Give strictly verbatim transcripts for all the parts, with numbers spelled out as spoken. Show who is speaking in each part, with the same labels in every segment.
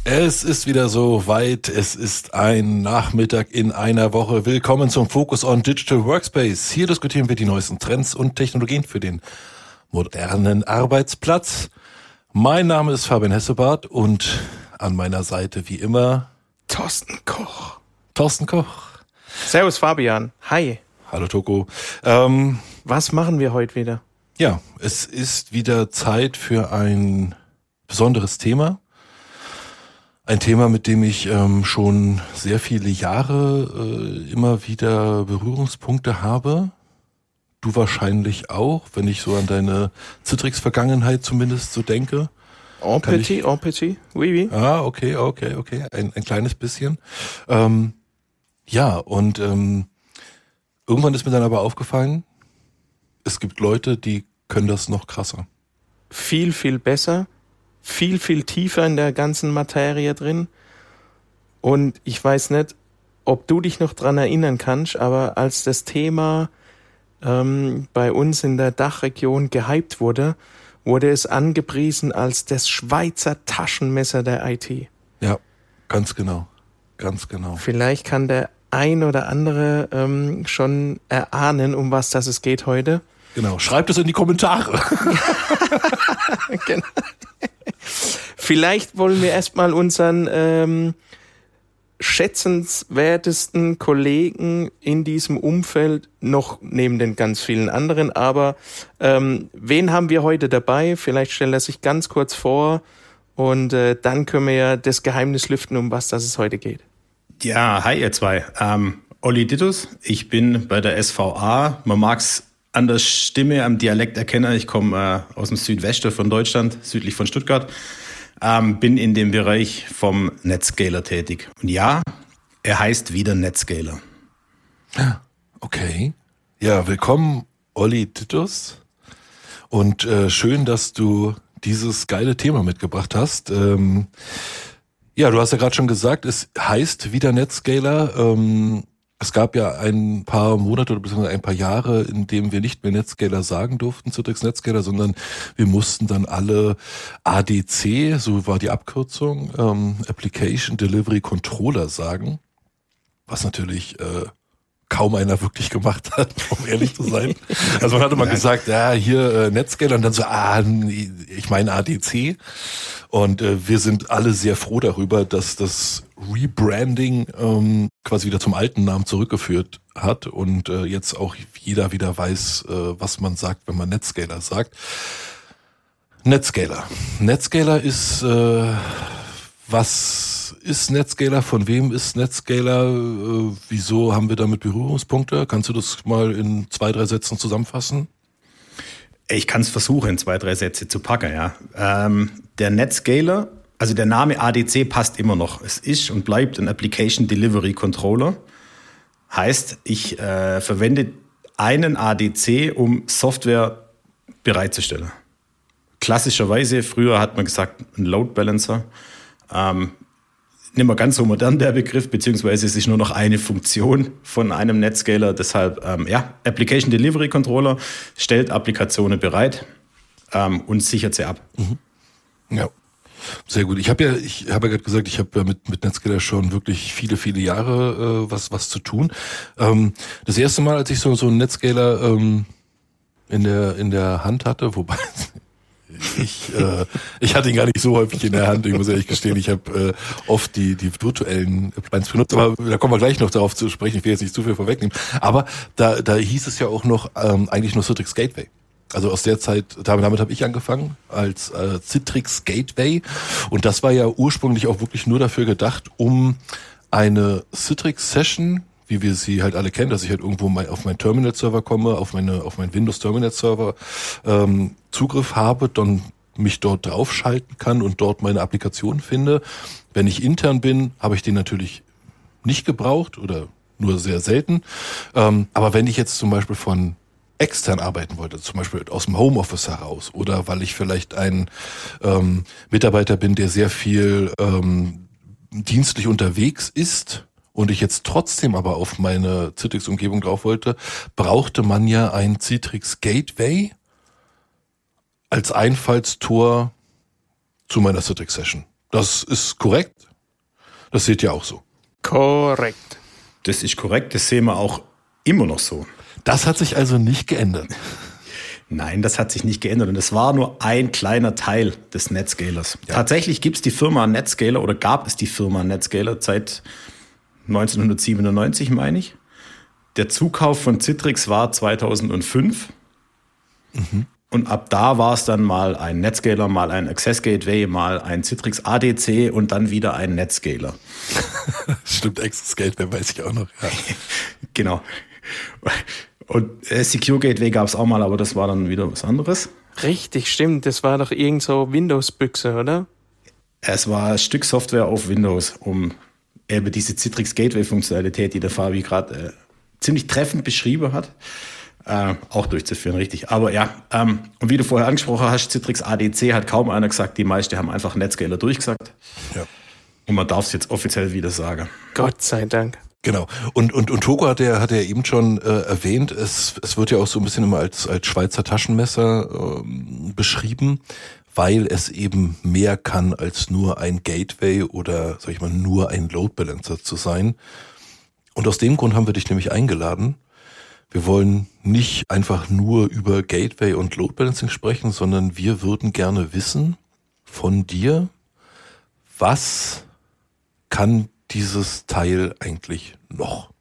Speaker 1: Es ist wieder so weit. Es ist ein Nachmittag in einer Woche. Willkommen zum Focus on Digital Workspace. Hier diskutieren wir die neuesten Trends und Technologien für den modernen Arbeitsplatz. Mein Name ist Fabian Hessebart und an meiner Seite wie immer
Speaker 2: Thorsten Koch.
Speaker 1: Thorsten Koch.
Speaker 2: Servus Fabian. Hi.
Speaker 1: Hallo Toko. Ähm,
Speaker 2: Was machen wir heute wieder?
Speaker 1: ja, es ist wieder Zeit für ein besonderes Thema. Ein Thema, mit dem ich ähm, schon sehr viele Jahre äh, immer wieder Berührungspunkte habe. Du wahrscheinlich auch, wenn ich so an deine Citrix-Vergangenheit zumindest so denke.
Speaker 2: En petit, en petit, oui, oui.
Speaker 1: Ah, okay, okay, okay, ein, ein kleines bisschen. Ähm, ja, und ähm, irgendwann ist mir dann aber aufgefallen, es gibt Leute, die können das noch krasser.
Speaker 2: Viel, viel besser. Viel, viel tiefer in der ganzen Materie drin. Und ich weiß nicht, ob du dich noch dran erinnern kannst, aber als das Thema ähm, bei uns in der Dachregion gehypt wurde, wurde es angepriesen als das Schweizer Taschenmesser der I T.
Speaker 1: Ja, ganz genau, ganz genau.
Speaker 2: Vielleicht kann der ein oder andere ähm, schon erahnen, um was das es geht heute.
Speaker 1: Genau, schreibt es in die Kommentare.
Speaker 2: Genau. Vielleicht wollen wir erstmal unseren ähm, schätzenswertesten Kollegen in diesem Umfeld noch neben den ganz vielen anderen, aber ähm, wen haben wir heute dabei? Vielleicht stellt er sich ganz kurz vor und äh, dann können wir ja das Geheimnis lüften, um was das es heute geht.
Speaker 3: Ja, hi ihr zwei. Ähm, Olli Dittus, ich bin bei der S V A. Man mag's an der Stimme, am Dialekt erkennen. Ich komme äh, aus dem Südwesten von Deutschland, südlich von Stuttgart. Ähm, bin in dem Bereich vom Netscaler tätig. Und ja, er heißt wieder Netscaler.
Speaker 1: Okay. Ja, willkommen, Olli Dittus. Und äh, schön, dass du dieses geile Thema mitgebracht hast. Ähm, ja, du hast ja gerade schon gesagt, es heißt wieder Netscaler. Ähm, es gab ja ein paar Monate oder beziehungsweise ein paar Jahre, in denen wir nicht mehr Netscaler sagen durften, Citrix Netscaler, sondern wir mussten dann alle A D C, so war die Abkürzung, ähm, Application Delivery Controller sagen, was natürlich äh, kaum einer wirklich gemacht hat, um ehrlich zu sein. Also man hatte mal gesagt, ja, hier äh, Netscaler und dann so, ah, ich meine A D C. Und äh, wir sind alle sehr froh darüber, dass das Rebranding ähm, quasi wieder zum alten Namen zurückgeführt hat und äh, jetzt auch jeder wieder weiß, äh, was man sagt, wenn man Netscaler sagt. Netscaler. Netscaler ist, äh, was ist Netscaler? Von wem ist Netscaler? Äh, wieso haben wir damit Berührungspunkte? Kannst du das mal in zwei, drei Sätzen zusammenfassen?
Speaker 3: Ich kann es versuchen, in zwei, drei Sätze zu packen, ja. Ähm, der Netscaler, also der Name A D C passt immer noch. Es ist und bleibt ein Application Delivery Controller. Heißt, ich äh, verwende einen A D C, um Software bereitzustellen. Klassischerweise, früher hat man gesagt, ein Load Balancer. Ähm, nicht mehr ganz so modern der Begriff, beziehungsweise es ist nur noch eine Funktion von einem Netscaler. Deshalb, ähm, ja, Application Delivery Controller stellt Applikationen bereit ähm, und sichert sie ab.
Speaker 1: Mhm. Ja, sehr gut. Ich habe ja, ich habe ja gerade gesagt, ich habe ja mit mit Netscaler schon wirklich viele, viele Jahre äh, was was zu tun. Ähm, das erste Mal, als ich so so einen Netscaler ähm, in der in der Hand hatte, wobei Ich, äh, ich hatte ihn gar nicht so häufig in der Hand, ich muss ehrlich gestehen, ich habe äh, oft die die virtuellen Appliances benutzt, aber da kommen wir gleich noch darauf zu sprechen, ich will jetzt nicht zu viel vorwegnehmen, aber da da hieß es ja auch noch ähm, eigentlich nur Citrix Gateway. Also aus der Zeit, damit, damit habe ich angefangen, als äh, Citrix Gateway, und das war ja ursprünglich auch wirklich nur dafür gedacht, um eine Citrix-Session, wie wir sie halt alle kennen, dass ich halt irgendwo mein, auf meinen Terminal-Server komme, auf meine auf meinen Windows-Terminal-Server ähm, Zugriff habe, dann mich dort draufschalten kann und dort meine Applikation finde. Wenn ich intern bin, habe ich den natürlich nicht gebraucht oder nur sehr selten. Ähm, aber wenn ich jetzt zum Beispiel von extern arbeiten wollte, zum Beispiel aus dem Homeoffice heraus oder weil ich vielleicht ein ähm, Mitarbeiter bin, der sehr viel ähm, dienstlich unterwegs ist, und ich jetzt trotzdem aber auf meine Citrix-Umgebung drauf wollte, brauchte man ja ein Citrix Gateway als Einfallstor zu meiner Citrix-Session. Das ist korrekt. Das seht ihr auch so.
Speaker 2: Korrekt.
Speaker 3: Das ist korrekt, das sehen wir auch immer noch so.
Speaker 1: Das hat sich also nicht geändert.
Speaker 3: Nein, das hat sich nicht geändert und es war nur ein kleiner Teil des Netscalers. Ja. Tatsächlich gibt es die Firma Netscaler oder gab es die Firma Netscaler seit neunzehnhundertsiebenundneunzig, meine ich. Der Zukauf von Citrix war zweitausendfünf. Mhm. Und ab da war es dann mal ein Netscaler, mal ein Access Gateway, mal ein Citrix A D C und dann wieder ein Netscaler.
Speaker 1: Stimmt, Access Gateway weiß ich auch noch. Ja.
Speaker 3: Genau. Und äh, Secure Gateway gab es auch mal, aber das war dann wieder was anderes.
Speaker 2: Richtig, stimmt. Das war doch irgend so Windows-Büchse, oder?
Speaker 3: Es war ein Stück Software auf Windows, um eben diese Citrix Gateway-Funktionalität, die der Fabi gerade äh, ziemlich treffend beschrieben hat, äh, auch durchzuführen, richtig. Aber ja, ähm, und wie du vorher angesprochen hast, Citrix A D C hat kaum einer gesagt, die meisten haben einfach Netscaler durchgesagt. Ja. Und man darf es jetzt offiziell wieder sagen.
Speaker 2: Gott sei Dank.
Speaker 1: Genau. Und, und, und Togo hat er, hat er eben schon äh, erwähnt, es, es wird ja auch so ein bisschen immer als, als Schweizer Taschenmesser ähm, beschrieben, weil es eben mehr kann als nur ein Gateway oder, sag ich mal, nur ein Load Balancer zu sein. Und aus dem Grund haben wir dich nämlich eingeladen. Wir wollen nicht einfach nur über Gateway und Load Balancing sprechen, sondern wir würden gerne wissen von dir, was kann dieses Teil eigentlich noch?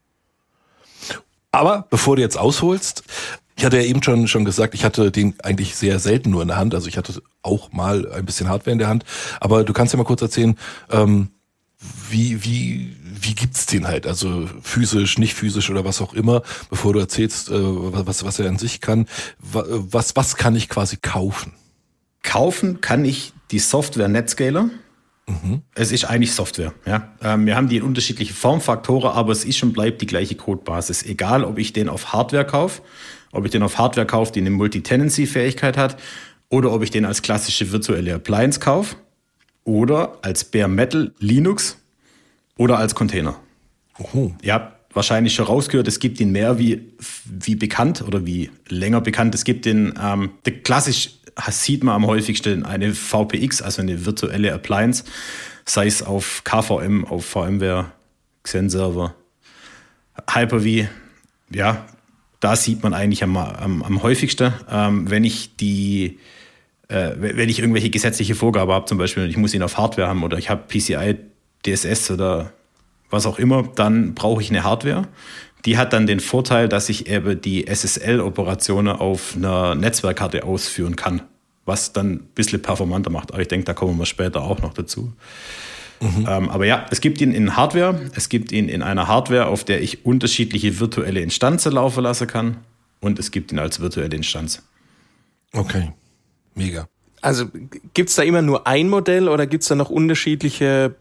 Speaker 1: Aber bevor du jetzt ausholst, ich hatte ja eben schon schon gesagt, ich hatte den eigentlich sehr selten nur in der Hand, also ich hatte auch mal ein bisschen Hardware in der Hand, aber du kannst ja mal kurz erzählen, ähm, wie wie wie gibt's den halt, also physisch, nicht physisch oder was auch immer, bevor du erzählst, äh, was was er an sich kann, was was kann ich quasi kaufen?
Speaker 3: Kaufen kann ich die Software Netscaler. Mhm. Es ist eigentlich Software. Ja. Ähm, wir haben die in unterschiedliche Formfaktoren, aber es ist und bleibt die gleiche Codebasis. Egal, ob ich den auf Hardware kaufe, ob ich den auf Hardware kaufe, die eine Multi-Tenancy-Fähigkeit hat, oder ob ich den als klassische virtuelle Appliance kaufe, oder als Bare Metal Linux oder als Container.
Speaker 1: Oh.
Speaker 3: Ihr habt wahrscheinlich schon rausgehört, es gibt ihn mehr wie, wie bekannt oder wie länger bekannt. Es gibt den, ähm, der klassisch sieht man am häufigsten eine V P X, also eine virtuelle Appliance, sei es auf K V M, auf VMware, Xen-Server, Hyper-V. Ja, da sieht man eigentlich am, am, am häufigsten. Ähm, wenn ich die, äh, wenn ich irgendwelche gesetzliche Vorgaben habe, zum Beispiel, ich muss ihn auf Hardware haben oder ich habe P C I, D S S oder was auch immer, dann brauche ich eine Hardware. Die hat dann den Vorteil, dass ich eben die S S L-Operationen auf einer Netzwerkkarte ausführen kann, was dann ein bisschen performanter macht. Aber ich denke, da kommen wir später auch noch dazu. Mhm. Ähm, aber ja, es gibt ihn in Hardware, es gibt ihn in einer Hardware, auf der ich unterschiedliche virtuelle Instanzen laufen lassen kann, und es gibt ihn als virtuelle Instanz.
Speaker 1: Okay, mega.
Speaker 2: Also gibt's da immer nur ein Modell oder gibt's da noch unterschiedliche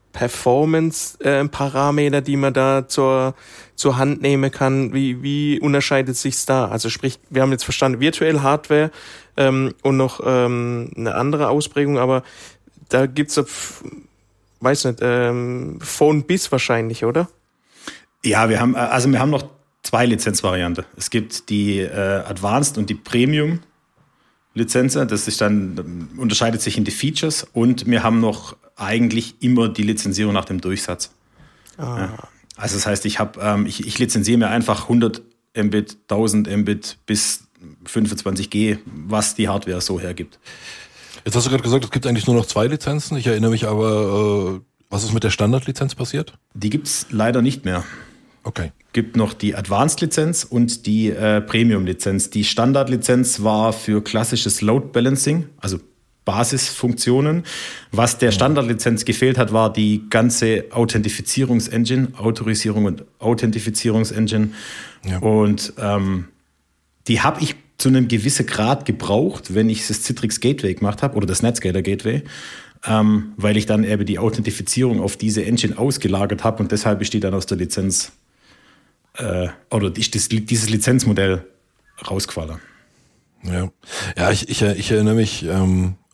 Speaker 2: Performance-Parameter, die man da zur, zur Hand nehmen kann? Wie, wie unterscheidet sich's da? Also sprich, wir haben jetzt verstanden, virtuell Hardware ähm, und noch ähm, eine andere Ausprägung, aber da gibt's, weiß nicht, ähm, Phone bis wahrscheinlich, oder?
Speaker 3: Ja, wir haben, also wir haben noch zwei Lizenzvarianten. Es gibt die äh, Advanced und die Premium Lizenzen. Das ist dann, unterscheidet sich in die Features, und wir haben noch eigentlich immer die Lizenzierung nach dem Durchsatz. Ah. Ja. Also das heißt, ich habe, ähm, ich, ich lizenziere mir einfach hundert Mbit, tausend Mbit bis fünfundzwanzig G, was die Hardware so hergibt.
Speaker 1: Jetzt hast du gerade gesagt, es gibt eigentlich nur noch zwei Lizenzen. Ich erinnere mich aber, äh, was ist mit der Standardlizenz passiert?
Speaker 3: Die gibt's leider nicht mehr.
Speaker 1: Okay.
Speaker 3: Gibt noch die Advanced-Lizenz und die äh, Premium-Lizenz. Die Standard-Lizenz war für klassisches Load Balancing, also Basisfunktionen. Was der Standardlizenz gefehlt hat, war die ganze Authentifizierungsengine, Autorisierung und Authentifizierungsengine. Ja. Und ähm, die habe ich zu einem gewissen Grad gebraucht, wenn ich das Citrix Gateway gemacht habe oder das Netscaler Gateway, ähm, weil ich dann eben die Authentifizierung auf diese Engine ausgelagert habe, und deshalb ist die dann aus der Lizenz äh, oder ist das, dieses Lizenzmodell rausgefallen.
Speaker 1: Ja, ja, ich, ich, ich erinnere mich, ähm,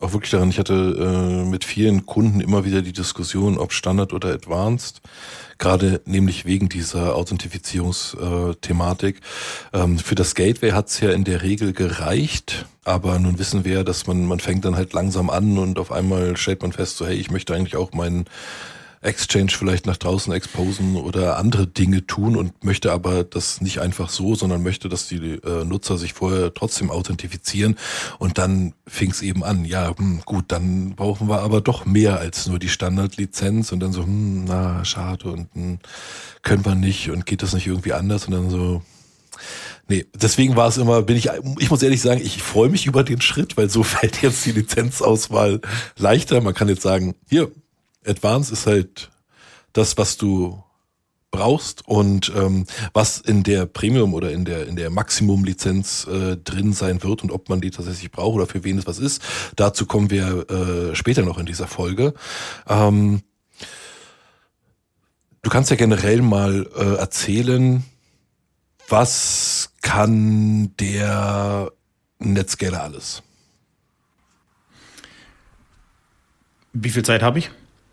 Speaker 1: auch wirklich daran, ich hatte äh, mit vielen Kunden immer wieder die Diskussion, ob Standard oder Advanced, gerade nämlich wegen dieser Authentifizierungsthematik. Ähm, für das Gateway hat's ja in der Regel gereicht, aber nun wissen wir, dass man man fängt dann halt langsam an und auf einmal stellt man fest, so hey, ich möchte eigentlich auch meinen Exchange vielleicht nach draußen exposen oder andere Dinge tun und möchte aber das nicht einfach so, sondern möchte, dass die äh, Nutzer sich vorher trotzdem authentifizieren. Und dann fing es eben an, ja hm, gut, dann brauchen wir aber doch mehr als nur die Standardlizenz und dann so, hm, na schade und hm, können wir nicht und geht das nicht irgendwie anders und dann so, nee, deswegen war es immer, bin ich, ich muss ehrlich sagen, ich freue mich über den Schritt, weil so fällt jetzt die Lizenzauswahl leichter. Man kann jetzt sagen, hier, Advanced ist halt das, was du brauchst und ähm, was in der Premium oder in der in der Maximum-Lizenz äh, drin sein wird und ob man die tatsächlich braucht oder für wen es was ist. Dazu kommen wir äh, später noch in dieser Folge. Ähm, du kannst ja generell mal äh, erzählen, was kann der Netscaler alles?
Speaker 3: Wie viel Zeit habe ich?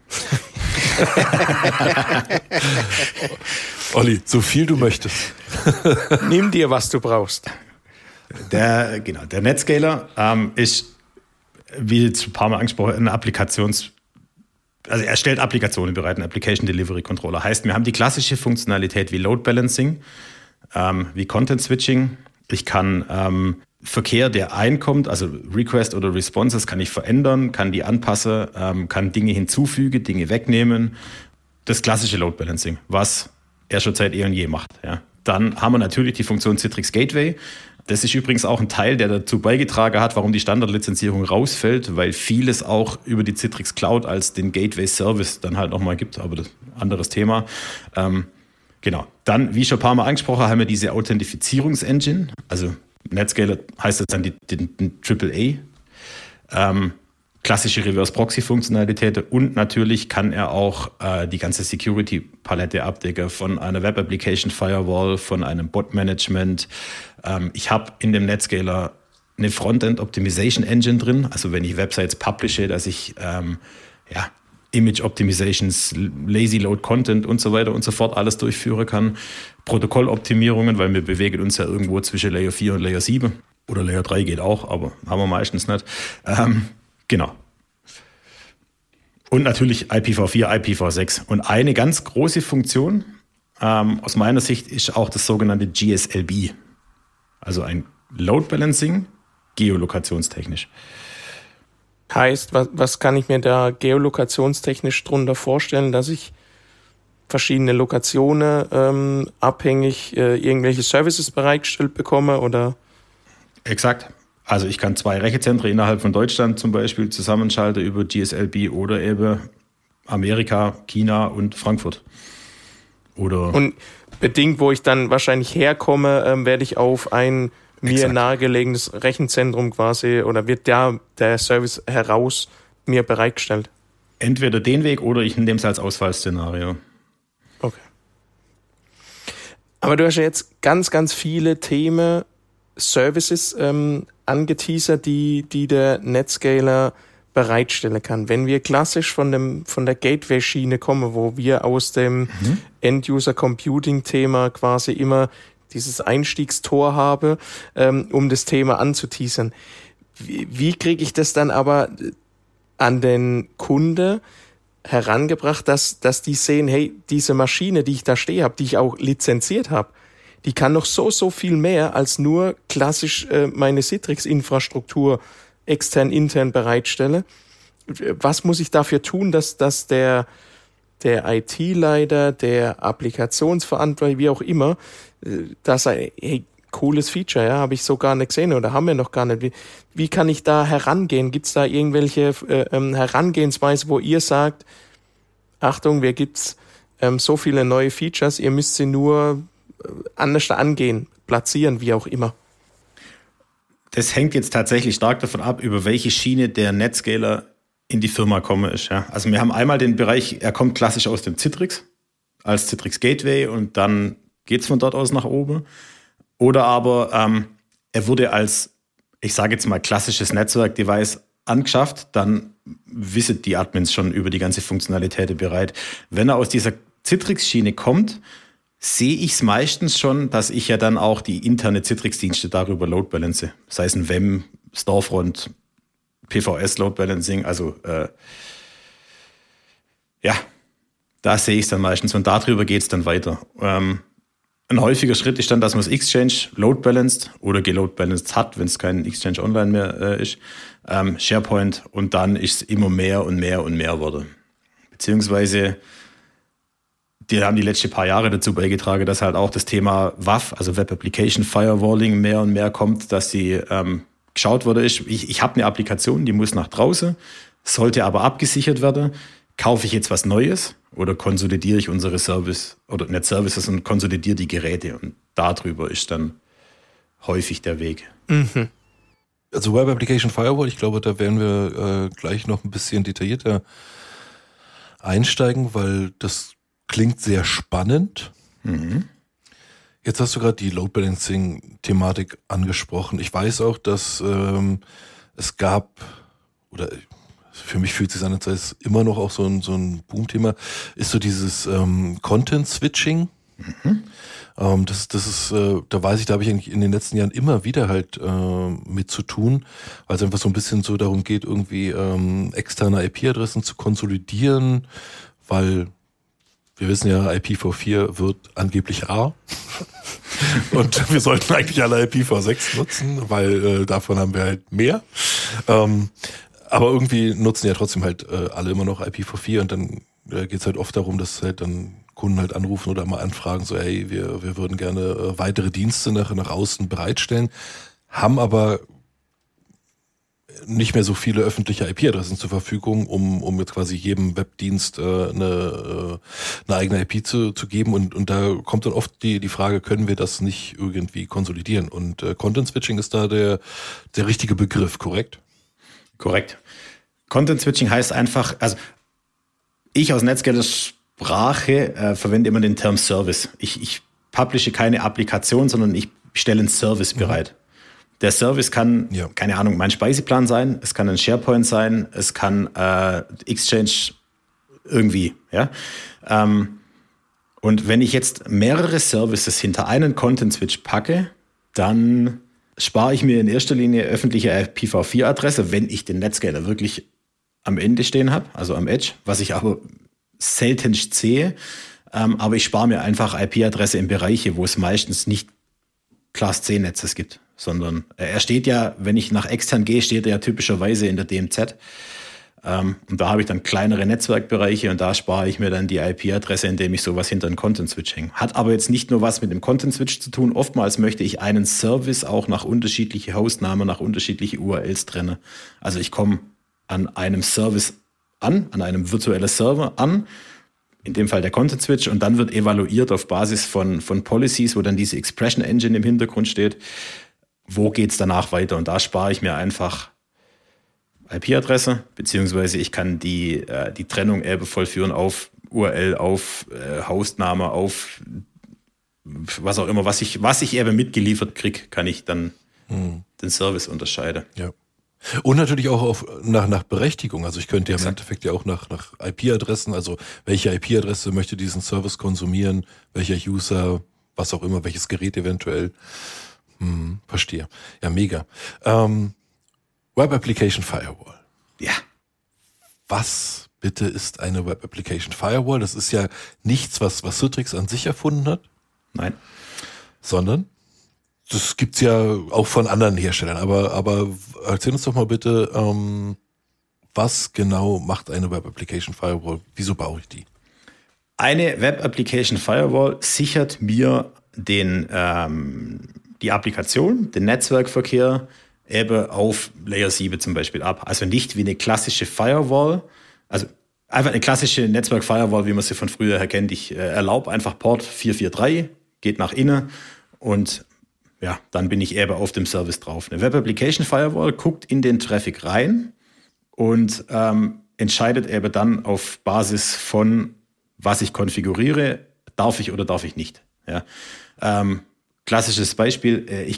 Speaker 1: Olli, so viel du möchtest.
Speaker 2: Nimm dir, was du brauchst.
Speaker 3: Der, genau, der Netscaler ähm, ist, wie jetzt ein paar Mal angesprochen, ein Applikations... Also er stellt Applikationen bereit, ein Application Delivery Controller. Heißt, wir haben die klassische Funktionalität wie Load Balancing, ähm, wie Content Switching. Ich kann ähm, Verkehr, der einkommt, also Request oder Responses, kann ich verändern, kann die anpassen, ähm, kann Dinge hinzufügen, Dinge wegnehmen. Das klassische Load Balancing, was er schon seit eh und je macht. Ja. Dann haben wir natürlich die Funktion Citrix Gateway. Das ist übrigens auch ein Teil, der dazu beigetragen hat, warum die Standardlizenzierung rausfällt, weil vieles auch über die Citrix Cloud als den Gateway-Service dann halt nochmal gibt, aber das ist ein anderes Thema. Ähm, genau. Dann, wie schon ein paar Mal angesprochen, haben wir diese Authentifizierungsengine, also Netscaler heißt jetzt dann die, die, die Triple A, ähm, klassische Reverse-Proxy-Funktionalität und natürlich kann er auch äh, die ganze Security-Palette abdecken von einer Web-Application-Firewall, von einem Bot-Management. Ähm, ich habe in dem Netscaler eine Frontend-Optimization-Engine drin, also wenn ich Websites publishe, dass ich ähm, ja, Image-Optimizations, Lazy-Load-Content und so weiter und so fort alles durchführen kann. Protokolloptimierungen, weil wir bewegen uns ja irgendwo zwischen Layer vier und Layer sieben. Oder Layer drei geht auch, aber haben wir meistens nicht. Ähm, genau. Und natürlich I P v vier, I P v sechs. Und eine ganz große Funktion ähm, aus meiner Sicht ist auch das sogenannte G S L B. Also ein Load Balancing, geolokationstechnisch.
Speaker 2: Heißt, was, was kann ich mir da geolokationstechnisch drunter vorstellen, dass ich verschiedene Lokationen ähm, abhängig äh, irgendwelche Services bereitgestellt bekomme oder?
Speaker 3: Exakt. Also ich kann zwei Rechenzentren innerhalb von Deutschland zum Beispiel zusammenschalten über G S L B oder eben Amerika, China und Frankfurt. Oder
Speaker 2: und bedingt, wo ich dann wahrscheinlich herkomme, ähm, werde ich auf ein mir Exakt. Nahegelegenes Rechenzentrum quasi oder wird da der Service heraus mir bereitgestellt?
Speaker 3: Entweder den Weg oder ich nehme es als Ausfallszenario.
Speaker 2: Okay. Aber du hast ja jetzt ganz, ganz viele Themen, Services ähm, angeteasert, die, die der Netscaler bereitstellen kann. Wenn wir klassisch von dem von der Gateway-Schiene kommen, wo wir aus dem mhm. End-User-Computing-Thema quasi immer dieses Einstiegstor habe, ähm, um das Thema anzuteasern. Wie, wie kriege ich das dann aber an den Kunde herangebracht, dass dass die sehen, hey, diese Maschine, die ich da stehe habe, die ich auch lizenziert habe, die kann noch so, so viel mehr als nur klassisch äh, meine Citrix-Infrastruktur extern, intern bereitstelle. Was muss ich dafür tun, dass, dass der, der I T-Leiter, der Applikationsverantwortliche, wie auch immer, äh, dass er, hey, cooles Feature, ja, habe ich so gar nicht gesehen oder haben wir noch gar nicht. Wie, wie kann ich da herangehen? Gibt es da irgendwelche äh, ähm, Herangehensweise, wo ihr sagt, Achtung, wir gibt's ähm, so viele neue Features, ihr müsst sie nur anders angehen, platzieren, wie auch immer?
Speaker 3: Das hängt jetzt tatsächlich stark davon ab, über welche Schiene der Netscaler in die Firma komme ist. Ja. Also wir haben einmal den Bereich, er kommt klassisch aus dem Citrix, als Citrix Gateway und dann geht's von dort aus nach oben. Oder aber ähm, er wurde als, ich sage jetzt mal, klassisches Netzwerk-Device angeschafft, dann wissen die Admins schon über die ganze Funktionalität bereit. Wenn er aus dieser Citrix-Schiene kommt, sehe ich es meistens schon, dass ich ja dann auch die interne Citrix-Dienste darüber load balance. Das heißt ein W E M, Storefront, P V S Load Balancing, also äh, ja, da sehe ich es dann meistens und darüber geht es dann weiter. Ähm, ein häufiger Schritt ist dann, dass man das Exchange load balanced oder geload balanced hat, wenn es kein Exchange Online mehr äh, ist, ähm, SharePoint, und dann ist es immer mehr und mehr und mehr wurde. Beziehungsweise die haben die letzten paar Jahre dazu beigetragen, dass halt auch das Thema W A F, also Web Application Firewalling, mehr und mehr kommt, dass die ähm, geschaut wurde, ist, ich, ich habe eine Applikation, die muss nach draußen, sollte aber abgesichert werden. Kaufe ich jetzt was Neues oder konsolidiere ich unsere Service oder nicht Services und konsolidiere die Geräte? Und darüber ist dann häufig der Weg.
Speaker 2: Mhm.
Speaker 1: Also Web Application Firewall, ich glaube, da werden wir äh, gleich noch ein bisschen detaillierter einsteigen, weil das klingt sehr spannend.
Speaker 3: Mhm.
Speaker 1: Jetzt hast du gerade die Load Balancing-Thematik angesprochen. Ich weiß auch, dass ähm, es gab, oder für mich fühlt es sich an, als sei es immer noch auch so ein, so ein Boom-Thema, ist so dieses ähm, Content-Switching.
Speaker 3: Mhm.
Speaker 1: Ähm, das, das ist, äh, da weiß ich, da habe ich eigentlich in den letzten Jahren immer wieder halt äh, mit zu tun, weil es einfach so ein bisschen so darum geht, irgendwie ähm, externe I P-Adressen zu konsolidieren, weil wir wissen ja, I P v vier wird angeblich rar. Und wir sollten eigentlich alle I P v sechs nutzen, weil äh, davon haben wir halt mehr. Ähm, aber irgendwie nutzen ja trotzdem halt äh, alle immer noch I P v vier, und dann äh, geht's halt oft darum, dass halt dann Kunden halt anrufen oder mal anfragen, so hey, wir wir würden gerne äh, weitere Dienste nach, nach außen bereitstellen, haben aber nicht mehr so viele öffentliche I P-Adressen zur Verfügung, um um jetzt quasi jedem Webdienst äh, eine, äh, eine eigene I P zu, zu geben, und und da kommt dann oft die die Frage, können wir das nicht irgendwie konsolidieren? Und äh, Content Switching ist da der der richtige Begriff, korrekt?
Speaker 3: Korrekt. Content Switching heißt einfach, also ich aus Netscalers Sprache äh, verwende immer den Term Service. Ich ich publische keine Applikation, sondern ich stelle einen Service mhm. bereit. Der Service kann, ja. keine Ahnung, mein Speiseplan sein, es kann ein SharePoint sein, es kann äh, Exchange irgendwie, ja. Ähm, und wenn ich jetzt mehrere Services hinter einen Content-Switch packe, dann spare ich mir in erster Linie öffentliche I P v vier Adresse, wenn ich den Netscaler wirklich am Ende stehen habe, also am Edge, was ich aber seltenst sehe. Ähm, aber ich spare mir einfach I P-Adresse in Bereiche, wo es meistens nicht Class C Netzes gibt, sondern er steht ja, wenn ich nach extern gehe, steht er ja typischerweise in der D M Z. Ähm, und da habe ich dann kleinere Netzwerkbereiche und da spare ich mir dann die I P-Adresse, indem ich sowas hinter einen Content-Switch hänge. Hat aber jetzt nicht nur was mit dem Content-Switch zu tun. Oftmals möchte ich einen Service auch nach unterschiedliche Hostnamen, nach unterschiedliche U R Ls trennen. Also ich komme an einem Service an, an einem virtuellen Server an, in dem Fall der Content Switch, und dann wird evaluiert auf Basis von, von Policies, wo dann diese Expression Engine im Hintergrund steht, wo geht's danach weiter, und da spare ich mir einfach I P-Adresse, beziehungsweise ich kann die, äh, die Trennung eben vollführen auf U R L, auf äh, Hostname, auf was auch immer, was ich, was ich eben mitgeliefert kriege, kann ich dann hm. den Service unterscheiden.
Speaker 1: Ja. Und natürlich auch auf, nach, nach Berechtigung. Also ich könnte ja im Endeffekt ja auch nach, nach I P-Adressen, also welche I P-Adresse möchte diesen Service konsumieren, welcher User, was auch immer, welches Gerät eventuell. Hm, verstehe. Ja, mega. Ähm, Web Application Firewall.
Speaker 3: Ja.
Speaker 1: Was bitte ist eine Web Application Firewall? Das ist ja nichts, was, was Citrix an sich erfunden hat.
Speaker 3: Nein.
Speaker 1: Sondern? Das gibt's ja auch von anderen Herstellern, aber, aber erzähl uns doch mal bitte, ähm, was genau macht eine Web Application Firewall? Wieso baue ich die?
Speaker 3: Eine Web Application Firewall sichert mir den, ähm, die Applikation, den Netzwerkverkehr eben auf Layer sieben zum Beispiel ab. Also nicht wie eine klassische Firewall, also einfach eine klassische Netzwerk-Firewall, wie man sie von früher her kennt. Ich äh, erlaube einfach Port vier vier drei, geht nach innen und ja, dann bin ich eben auf dem Service drauf. Eine Web Application Firewall guckt in den Traffic rein und ähm, entscheidet eben dann auf Basis von, was ich konfiguriere, darf ich oder darf ich nicht. Ja. Ähm, klassisches Beispiel, äh, ich gebe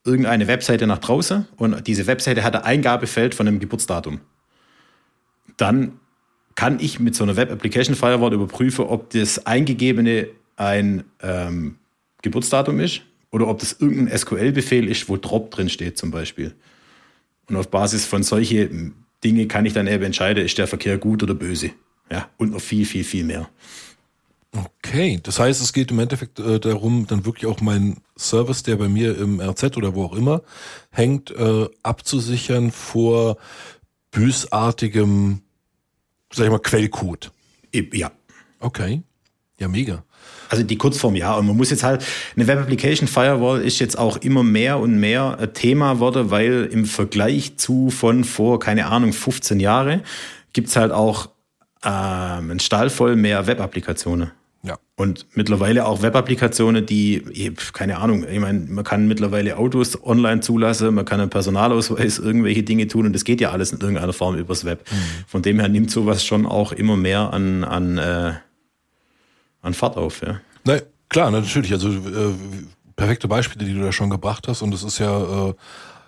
Speaker 3: irgendeine Webseite nach draußen und diese Webseite hat ein Eingabefeld von einem Geburtsdatum. Dann kann ich mit so einer Web Application Firewall überprüfen, ob das Eingegebene ein ähm, Geburtsdatum ist oder ob das irgendein S Q L-Befehl ist, wo Drop drin steht zum Beispiel. Und auf Basis von solchen Dingen kann ich dann eben entscheiden, ist der Verkehr gut oder böse. Ja, und noch viel, viel, viel mehr.
Speaker 1: Okay, das heißt, es geht im Endeffekt äh, darum, dann wirklich auch meinen Service, der bei mir im R Z oder wo auch immer hängt, äh, abzusichern vor bösartigem, sag ich mal, Quellcode.
Speaker 3: Ja.
Speaker 1: Okay, ja, mega.
Speaker 3: Also die Kurzform, ja. Und man muss jetzt halt, eine Web Application Firewall ist jetzt auch immer mehr und mehr ein Thema geworden, weil im Vergleich zu von vor, keine Ahnung, fünfzehn Jahre, gibt's halt auch ähm, einen Stall voll mehr Web-Applikationen.
Speaker 1: Ja.
Speaker 3: Und mittlerweile auch Web-Applikationen, die, keine Ahnung, ich meine, man kann mittlerweile Autos online zulassen, man kann einen Personalausweis, irgendwelche Dinge tun und das geht ja alles in irgendeiner Form übers Web. Mhm. Von dem her nimmt sowas schon auch immer mehr an, an, äh, an Fahrt auf. Ja.
Speaker 1: Na, klar, natürlich, also äh, perfekte Beispiele, die du da schon gebracht hast und das ist ja äh,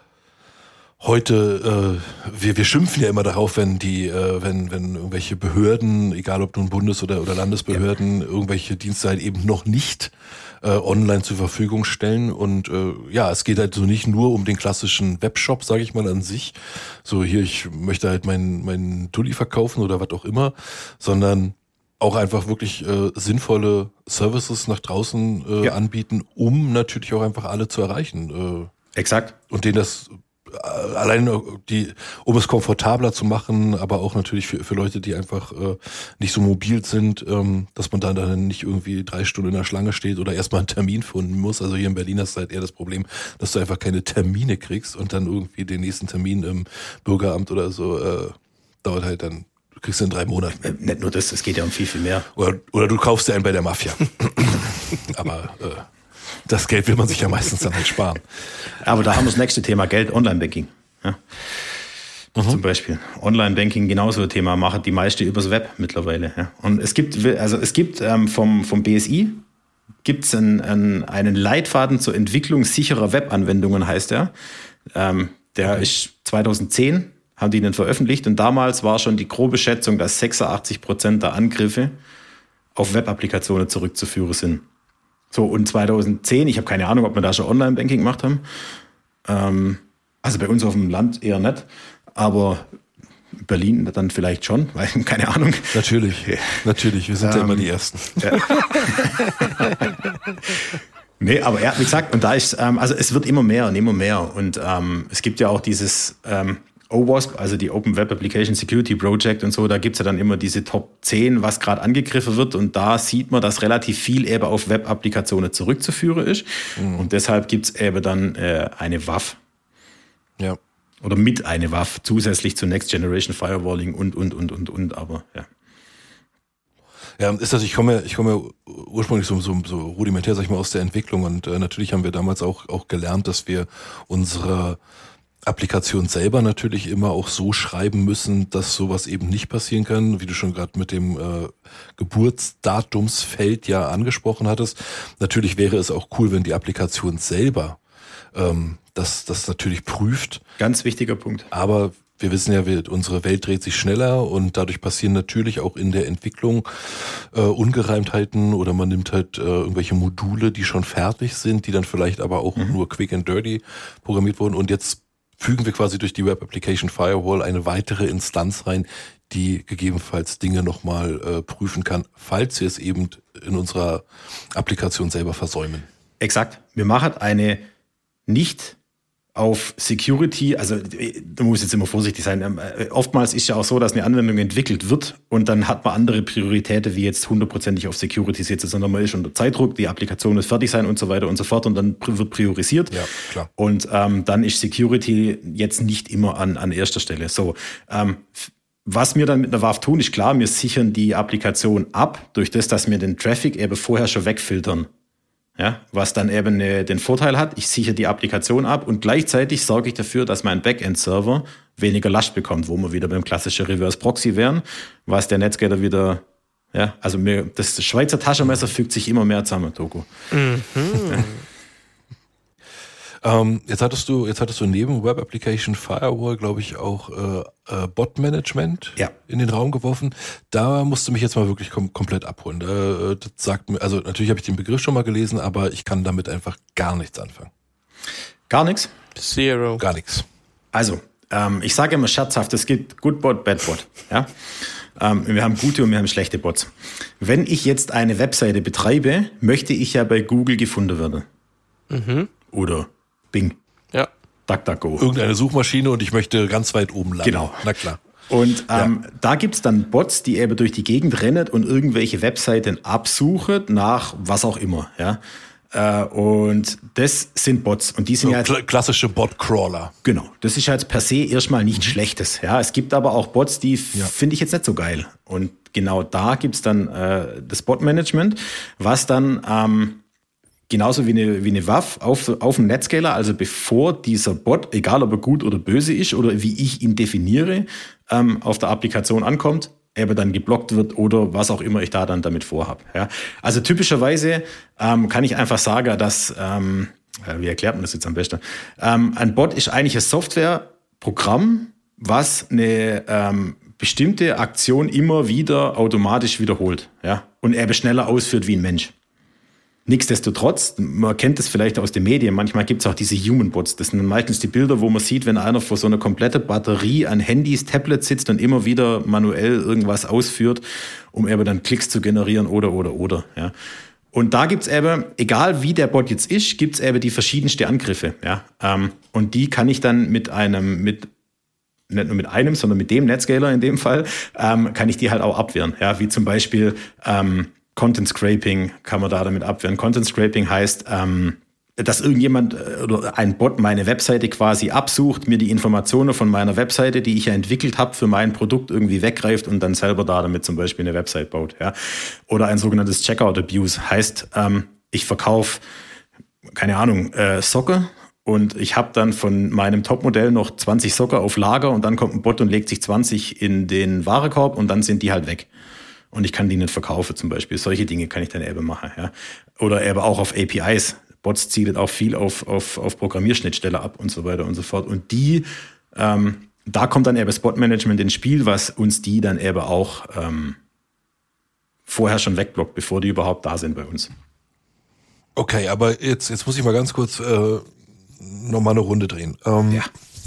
Speaker 1: heute, äh, wir, wir schimpfen ja immer darauf, wenn die, äh, wenn, wenn irgendwelche Behörden, egal ob nun Bundes- oder, oder Landesbehörden, ja. irgendwelche Dienste halt eben noch nicht äh, online zur Verfügung stellen. Und äh, ja, es geht halt so nicht nur um den klassischen Webshop, sage ich mal, an sich. So hier, ich möchte halt meinen meinen Tulli verkaufen oder was auch immer, sondern auch einfach wirklich äh, sinnvolle Services nach draußen äh, ja. anbieten, um natürlich auch einfach alle zu erreichen.
Speaker 3: Äh, Exakt.
Speaker 1: Und denen das allein die, um es komfortabler zu machen, aber auch natürlich für, für Leute, die einfach äh, nicht so mobil sind, ähm, dass man da dann nicht irgendwie drei Stunden in der Schlange steht oder erstmal einen Termin finden muss. Also hier in Berlin hast du halt eher das Problem, dass du einfach keine Termine kriegst und dann irgendwie den nächsten Termin im Bürgeramt oder so äh, dauert halt dann, kriegst du in drei Monaten.
Speaker 3: Äh, nicht nur das, es geht ja um viel, viel mehr.
Speaker 1: Oder, oder du kaufst dir einen bei der Mafia. aber äh, das Geld will man sich ja meistens dann halt sparen.
Speaker 3: Aber da haben wir das nächste Thema, Geld, Online-Banking. Ja. Mhm. Zum Beispiel. Online-Banking genauso ein Thema, machen die meiste übers Web mittlerweile. Ja. Und es gibt, also es gibt ähm, vom, vom B S I gibt's einen, einen, einen Leitfaden zur Entwicklung sicherer Webanwendungen, heißt der. Ähm, der okay. ist zweitausendzehn, haben die den veröffentlicht und damals war schon die grobe Schätzung, dass sechsundachtzig Prozent der Angriffe auf Web-Applikationen zurückzuführen sind. So, und zweitausendzehn, ich habe keine Ahnung, ob wir da schon Online-Banking gemacht haben. Ähm, also bei uns auf dem Land eher nicht, aber Berlin dann vielleicht schon, weil keine Ahnung.
Speaker 1: Natürlich, natürlich, wir sind ähm, ja immer die Ersten. Ja.
Speaker 3: Nee, aber ja, wie gesagt, und da ist, ähm, also es wird immer mehr und immer mehr. Und ähm, es gibt ja auch dieses ähm, O W A S P, also die Open Web Application Security Project und so, da gibt's ja dann immer diese Top zehn, was gerade angegriffen wird. Und da sieht man, dass relativ viel eben auf Web-Applikationen zurückzuführen ist. Mhm. Und deshalb gibt's eben dann äh, eine W A F.
Speaker 1: Ja.
Speaker 3: Oder mit eine W A F, zusätzlich zu Next Generation Firewalling und, und, und, und, und, aber ja.
Speaker 1: Ja, ist das, ich komme ja, ich komme ja ursprünglich so, so, so rudimentär, sag ich mal, aus der Entwicklung und äh, natürlich haben wir damals auch, auch gelernt, dass wir unsere Applikation selber natürlich immer auch so schreiben müssen, dass sowas eben nicht passieren kann, wie du schon gerade mit dem äh, Geburtsdatumsfeld ja angesprochen hattest. Natürlich wäre es auch cool, wenn die Applikation selber ähm, das, das natürlich prüft.
Speaker 3: Ganz wichtiger Punkt.
Speaker 1: Aber wir wissen ja, wir, unsere Welt dreht sich schneller und dadurch passieren natürlich auch in der Entwicklung äh, Ungereimtheiten oder man nimmt halt äh, irgendwelche Module, die schon fertig sind, die dann vielleicht aber auch mhm. nur quick and dirty programmiert wurden und jetzt fügen wir quasi durch die Web Application Firewall eine weitere Instanz rein, die gegebenenfalls Dinge nochmal äh, prüfen kann, falls wir es eben in unserer Applikation selber versäumen.
Speaker 3: Exakt. Wir machen eine nicht auf Security, also da muss jetzt immer vorsichtig sein. Oftmals ist ja auch so, dass eine Anwendung entwickelt wird und dann hat man andere Prioritäten, wie jetzt hundertprozentig auf Security setzen, sondern man ist unter Zeitdruck, die Applikation muss fertig sein und so weiter und so fort und dann wird priorisiert.
Speaker 1: Ja, klar.
Speaker 3: Und ähm, dann ist Security jetzt nicht immer an, an erster Stelle. So, ähm, was wir dann mit einer W A F tun, ist klar, wir sichern die Applikation ab, durch das, dass wir den Traffic eben vorher schon wegfiltern. Ja, was dann eben äh, den Vorteil hat, ich sichere die Applikation ab und gleichzeitig sorge ich dafür, dass mein Backend-Server weniger Last bekommt, wo wir wieder beim klassischen Reverse-Proxy wären, was der Netzgetter wieder, ja, also mir, das Schweizer Taschenmesser fügt sich immer mehr zusammen, Toko. Mhm.
Speaker 1: Ähm, jetzt hattest du, jetzt hattest du neben Web Application Firewall, glaube ich, auch äh, äh, Bot Management
Speaker 3: ja.
Speaker 1: in den Raum geworfen. Da musst du mich jetzt mal wirklich kom- komplett abholen. Äh, das sagt mir, also natürlich habe ich den Begriff schon mal gelesen, aber ich kann damit einfach gar nichts anfangen.
Speaker 3: Gar nichts?
Speaker 2: Zero.
Speaker 1: Gar nichts.
Speaker 3: Also, ähm, ich sage immer scherzhaft, es gibt Good Bot, Bad Bot. Ja? Ähm, wir haben gute und wir haben schlechte Bots. Wenn ich jetzt eine Webseite betreibe, möchte ich ja bei Google gefunden werden.
Speaker 2: Mhm.
Speaker 3: Oder Bing.
Speaker 2: Ja.
Speaker 3: DuckDuckGo.
Speaker 1: Irgendeine Suchmaschine und ich möchte ganz weit oben landen.
Speaker 3: Genau.
Speaker 1: Na klar.
Speaker 3: Und ähm,
Speaker 1: Ja.
Speaker 3: da gibt's dann Bots, die eben durch die Gegend rennen und irgendwelche Webseiten absuchen nach was auch immer. Ja. Äh, und das sind Bots. Und die sind
Speaker 1: So
Speaker 3: ja jetzt,
Speaker 1: kla- klassische Bot-Crawler.
Speaker 3: genau, das ist jetzt per se erstmal nichts Schlechtes. Ja. Es gibt aber auch Bots, die
Speaker 1: Ja.
Speaker 3: finde ich jetzt nicht so geil. Und genau da gibt's dann äh, das Bot-Management, was dann ähm, genauso wie eine, wie eine W A F auf, auf dem Netscaler, also bevor dieser Bot, egal ob er gut oder böse ist oder wie ich ihn definiere, ähm, auf der Applikation ankommt, eben dann geblockt wird oder was auch immer ich da dann damit vorhabe. Ja. Also typischerweise ähm, kann ich einfach sagen, dass, ähm, wie erklärt man das jetzt am besten? Ähm, ein Bot ist eigentlich ein Softwareprogramm, was eine ähm, bestimmte Aktion immer wieder automatisch wiederholt, ja, und eben schneller ausführt wie ein Mensch. Nichtsdestotrotz, man kennt das vielleicht aus den Medien, manchmal gibt es auch diese Human Bots. Das sind dann meistens die Bilder, wo man sieht, wenn einer vor so einer komplette Batterie an Handys, Tablets sitzt und immer wieder manuell irgendwas ausführt, um eben dann Klicks zu generieren oder, oder, oder. Ja. Und da gibt's eben, egal wie der Bot jetzt ist, gibt's eben die verschiedensten Angriffe. Ja. Und die kann ich dann mit einem, mit nicht nur mit einem, sondern mit dem Netscaler in dem Fall, ähm, kann ich die halt auch abwehren. Ja, wie zum Beispiel ähm, Content Scraping kann man da damit abwehren. Content Scraping heißt, ähm, dass irgendjemand oder ein Bot meine Webseite quasi absucht, mir die Informationen von meiner Webseite, die ich ja entwickelt habe, für mein Produkt irgendwie weggreift und dann selber da damit zum Beispiel eine Website baut. Ja. Oder ein sogenanntes Checkout Abuse heißt, ähm, ich verkaufe, keine Ahnung, äh, Socken und ich habe dann von meinem Topmodell noch zwanzig Socken auf Lager und dann kommt ein Bot und legt sich zwanzig in den Warenkorb und dann sind die halt weg. Und ich kann die nicht verkaufen zum Beispiel. Solche Dinge kann ich dann eben machen. Ja. Oder eben auch auf A P Is. Bots zielen auch viel auf, auf, auf Programmierschnittstelle ab und so weiter und so fort. Und die, ähm, da kommt dann eben das Bot-Management ins Spiel, was uns die dann eben auch ähm, vorher schon wegblockt, bevor die überhaupt da sind bei uns.
Speaker 1: Okay, aber jetzt, jetzt muss ich mal ganz kurz äh, nochmal eine Runde drehen. Ähm,
Speaker 3: Ja.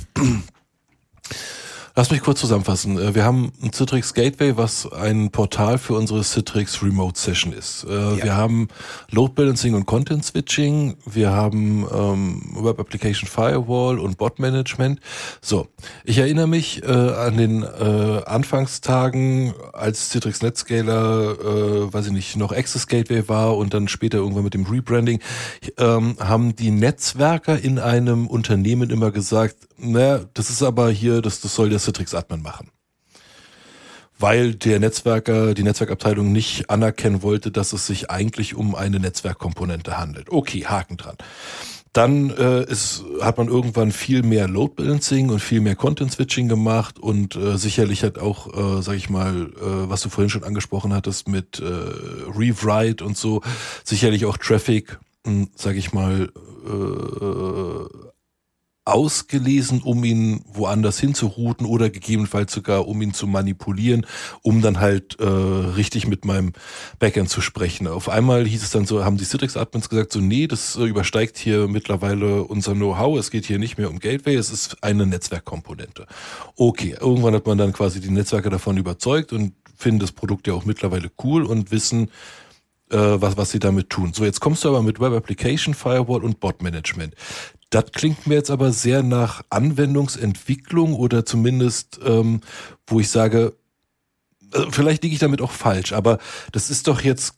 Speaker 1: Lass mich kurz zusammenfassen. Wir haben ein Citrix Gateway, was ein Portal für unsere Citrix Remote Session ist. Ja. Wir haben Load Balancing und Content Switching. Wir haben ähm, Web Application Firewall und Bot Management. So, ich erinnere mich äh, an den äh, Anfangstagen, als Citrix Netscaler, äh, weiß ich nicht, noch Access Gateway war und dann später irgendwann mit dem Rebranding, ähm, haben die Netzwerker in einem Unternehmen immer gesagt, na, das ist aber hier, das, das soll der Citrix-Admin machen. Weil der Netzwerker, die Netzwerkabteilung nicht anerkennen wollte, dass es sich eigentlich um eine Netzwerkkomponente handelt. Okay, Haken dran. Dann äh, ist, hat man irgendwann viel mehr Load Balancing und viel mehr Content Switching gemacht und äh, sicherlich hat auch, äh, sag ich mal, äh, was du vorhin schon angesprochen hattest mit äh, Rewrite und so, sicherlich auch Traffic, mh, sag ich mal, äh, ausgelesen, um ihn woanders hinzurouten oder gegebenenfalls sogar, um ihn zu manipulieren, um dann halt äh, richtig mit meinem Backend zu sprechen. Auf einmal hieß es dann so, haben die Citrix-Admins gesagt, so nee, das äh, übersteigt hier mittlerweile unser Know-how, es geht hier nicht mehr um Gateway, es ist eine Netzwerkkomponente. Okay, irgendwann hat man dann quasi die Netzwerke davon überzeugt und finden das Produkt ja auch mittlerweile cool und wissen, äh, was, was sie damit tun. So, jetzt kommst du aber mit Web Application Firewall und Bot Management. Das klingt mir jetzt aber sehr nach Anwendungsentwicklung oder zumindest, ähm, wo ich sage, äh, vielleicht liege ich damit auch falsch, aber das ist doch jetzt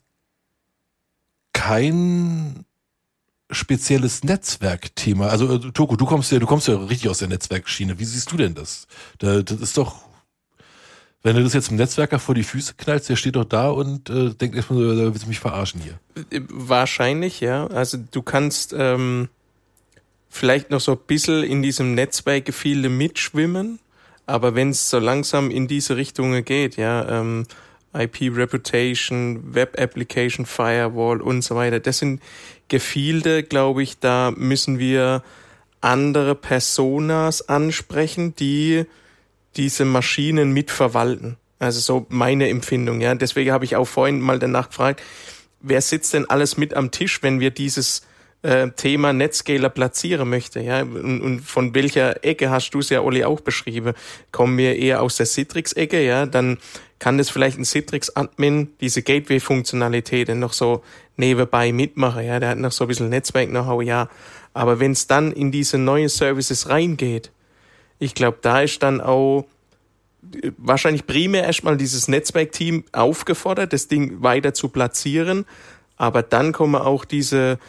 Speaker 1: kein spezielles Netzwerkthema. Also äh, Toko, du kommst ja, du kommst ja richtig aus der Netzwerkschiene. Wie siehst du denn das? Da, das ist doch, wenn du das jetzt einem Netzwerker vor die Füße knallst, der steht doch da und äh, denkt erstmal so, da willst du mich verarschen hier.
Speaker 2: Wahrscheinlich, ja. Also du kannst ähm vielleicht noch so ein bisschen in diesem Netzwerkgefilde mitschwimmen, aber wenn es so langsam in diese Richtungen geht, ja, ähm, I P Reputation, Web Application Firewall und so weiter, das sind Gefilde, glaube ich, da müssen wir andere Personas ansprechen, die diese Maschinen mitverwalten. Also so meine Empfindung, ja. Deswegen habe ich auch vorhin mal danach gefragt, wer sitzt denn alles mit am Tisch, wenn wir dieses äh, Thema Netscaler platzieren möchte, ja? Und, und von welcher Ecke hast du es ja, Olli, auch beschrieben? Kommen wir eher aus der Citrix-Ecke, ja? Dann kann das vielleicht ein Citrix-Admin diese Gateway-Funktionalität noch so nebenbei mitmachen, ja? Der hat noch so ein bisschen Netzwerk-Know-how, ja. Aber wenn es dann in diese neuen Services reingeht, ich glaube, da ist dann auch wahrscheinlich primär erstmal dieses Netzwerkteam aufgefordert, das Ding weiter zu platzieren, aber dann kommen auch diese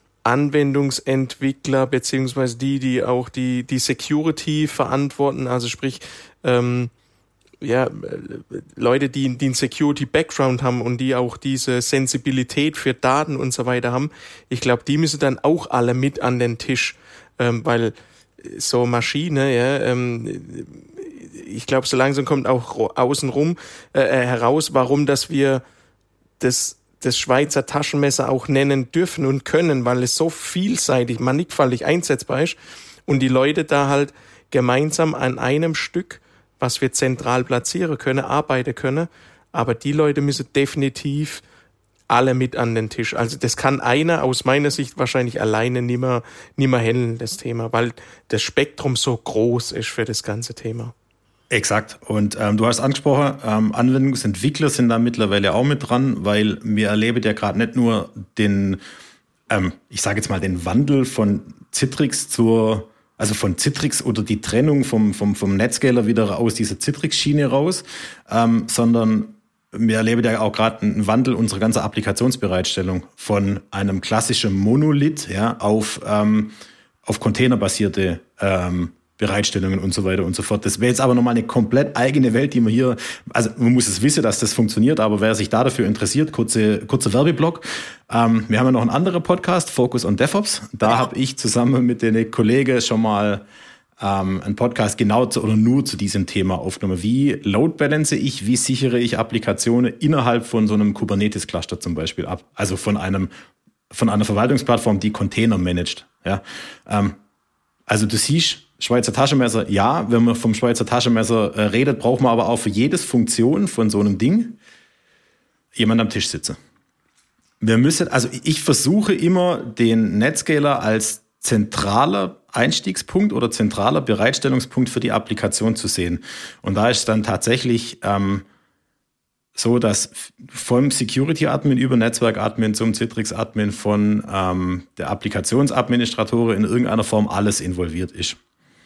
Speaker 2: Anwendungsentwickler beziehungsweise die, die auch die die Security verantworten, also sprich ähm, ja Leute, die, die einen Security-Background haben und die auch diese Sensibilität für Daten und so weiter haben. Ich glaube, die müssen dann auch alle mit an den Tisch, ähm, weil so Maschine, ja, ähm, ich glaube, so langsam kommt auch außenrum äh, heraus, warum, dass wir das, das Schweizer Taschenmesser auch nennen dürfen und können, weil es so vielseitig, mannigfaltig einsetzbar ist und die Leute da halt gemeinsam an einem Stück, was wir zentral platzieren können, arbeiten können. Aber die Leute müssen definitiv alle mit an den Tisch. Also das kann einer aus meiner Sicht wahrscheinlich alleine nimmer, nimmer handeln, das Thema, weil das Spektrum so groß ist für das ganze Thema.
Speaker 3: Exakt. Und ähm, du hast angesprochen, ähm, Anwendungsentwickler sind da mittlerweile auch mit dran, weil wir erleben ja gerade nicht nur den, ähm, ich sage jetzt mal, den Wandel von Citrix zur, also von Citrix oder die Trennung vom, vom, vom Netscaler wieder aus dieser Citrix-Schiene raus, ähm, sondern wir erleben ja auch gerade einen Wandel unserer ganzen Applikationsbereitstellung von einem klassischen Monolith, ja, auf, ähm, auf containerbasierte ähm, Bereitstellungen und so weiter und so fort. Das wäre jetzt aber nochmal eine komplett eigene Welt, die man hier, also man muss es wissen, dass das funktioniert, aber wer sich da dafür interessiert, kurze, kurzer Werbeblock. Ähm, wir haben ja noch einen anderen Podcast, Focus on DevOps. Da ja. habe ich zusammen mit den Kollegen schon mal ähm, einen Podcast genau zu, oder nur zu diesem Thema aufgenommen. Wie load balance ich, wie sichere ich Applikationen innerhalb von so einem Kubernetes-Cluster zum Beispiel ab? Also von einem, von einer Verwaltungsplattform, die Container managt. Ja, ähm, also du siehst, Schweizer Taschenmesser, ja, wenn man vom Schweizer Taschenmesser äh, redet, braucht man aber auch für jedes Funktion von so einem Ding jemand am Tisch sitzen. Wir müssen, also ich versuche immer den Netscaler als zentraler Einstiegspunkt oder zentraler Bereitstellungspunkt für die Applikation zu sehen. Und da ist dann tatsächlich ähm, so, dass vom Security-Admin über Netzwerk-Admin zum Citrix-Admin von ähm, der Applikationsadministratorin in irgendeiner Form alles involviert ist.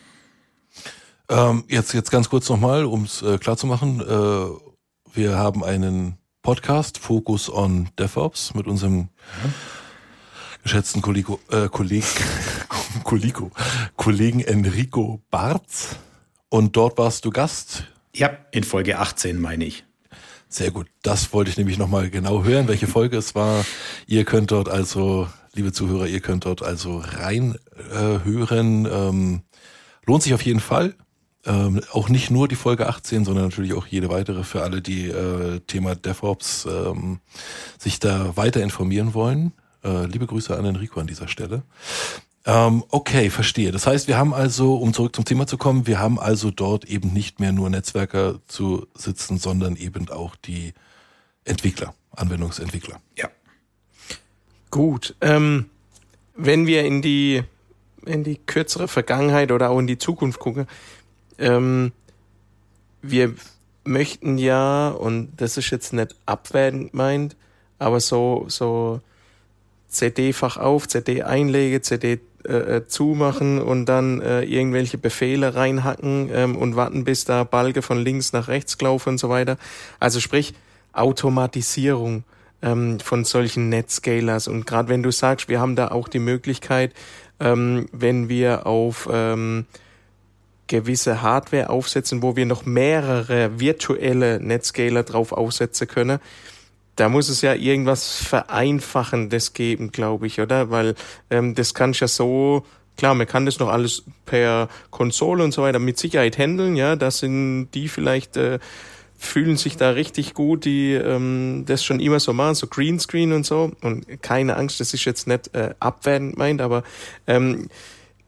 Speaker 1: Ähm, jetzt, jetzt ganz kurz nochmal, um es äh, klar zu machen. Äh, wir haben einen Podcast, Focus on DevOps, mit unserem ja. geschätzten Kollego, äh, Kolleg, Kollego, Kollegen Enrico Barz. Und dort warst du Gast.
Speaker 3: Ja, in Folge achtzehn meine ich.
Speaker 1: Sehr gut. Das wollte ich nämlich nochmal genau hören, welche Folge es war. Ihr könnt dort also, liebe Zuhörer, ihr könnt dort also rein äh, hören. Ähm, lohnt sich auf jeden Fall. Ähm, auch nicht nur die Folge achtzehn, sondern natürlich auch jede weitere für alle, die äh, Thema DevOps ähm, sich da weiter informieren wollen. Äh, liebe Grüße an Enrico an dieser Stelle. Ähm, okay, verstehe. Das heißt, wir haben also, um zurück zum Thema zu kommen, wir haben also dort eben nicht mehr nur Netzwerker zu sitzen, sondern eben auch die Entwickler, Anwendungsentwickler.
Speaker 3: Ja.
Speaker 2: Gut. Ähm, wenn wir in die in die kürzere Vergangenheit oder auch in die Zukunft gucken, ähm, wir möchten ja, und das ist jetzt nicht abwertend gemeint, aber so so C D-Fach auf, C D einlegen, C D äh, zumachen und dann äh, irgendwelche Befehle reinhacken ähm, und warten, bis da Balken von links nach rechts laufen und so weiter. Also sprich Automatisierung ähm, von solchen Netscalers. Und gerade wenn du sagst, wir haben da auch die Möglichkeit, ähm, wenn wir auf ähm, gewisse Hardware aufsetzen, wo wir noch mehrere virtuelle Netscaler drauf aufsetzen können, da muss es ja irgendwas Vereinfachendes geben, glaube ich, oder? Weil ähm, das kannst ja so, klar, man kann das noch alles per Konsole und so weiter mit Sicherheit handeln, ja, das sind die vielleicht, äh, fühlen sich da richtig gut, die ähm, das schon immer so machen, so Greenscreen und so. Und keine Angst, das ist jetzt nicht äh, abwertend meint, aber ähm,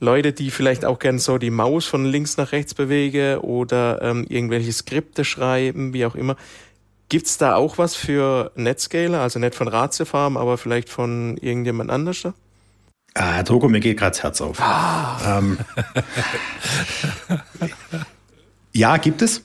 Speaker 2: Leute, die vielleicht auch gern so die Maus von links nach rechts bewegen oder ähm, irgendwelche Skripte schreiben, wie auch immer. Gibt's da auch was für Netscaler? Also nicht von Ratiofarm, aber vielleicht von irgendjemand anders da?
Speaker 3: Ah, Togo, mir geht gerade das Herz auf. Ah. Ähm, ja, gibt es.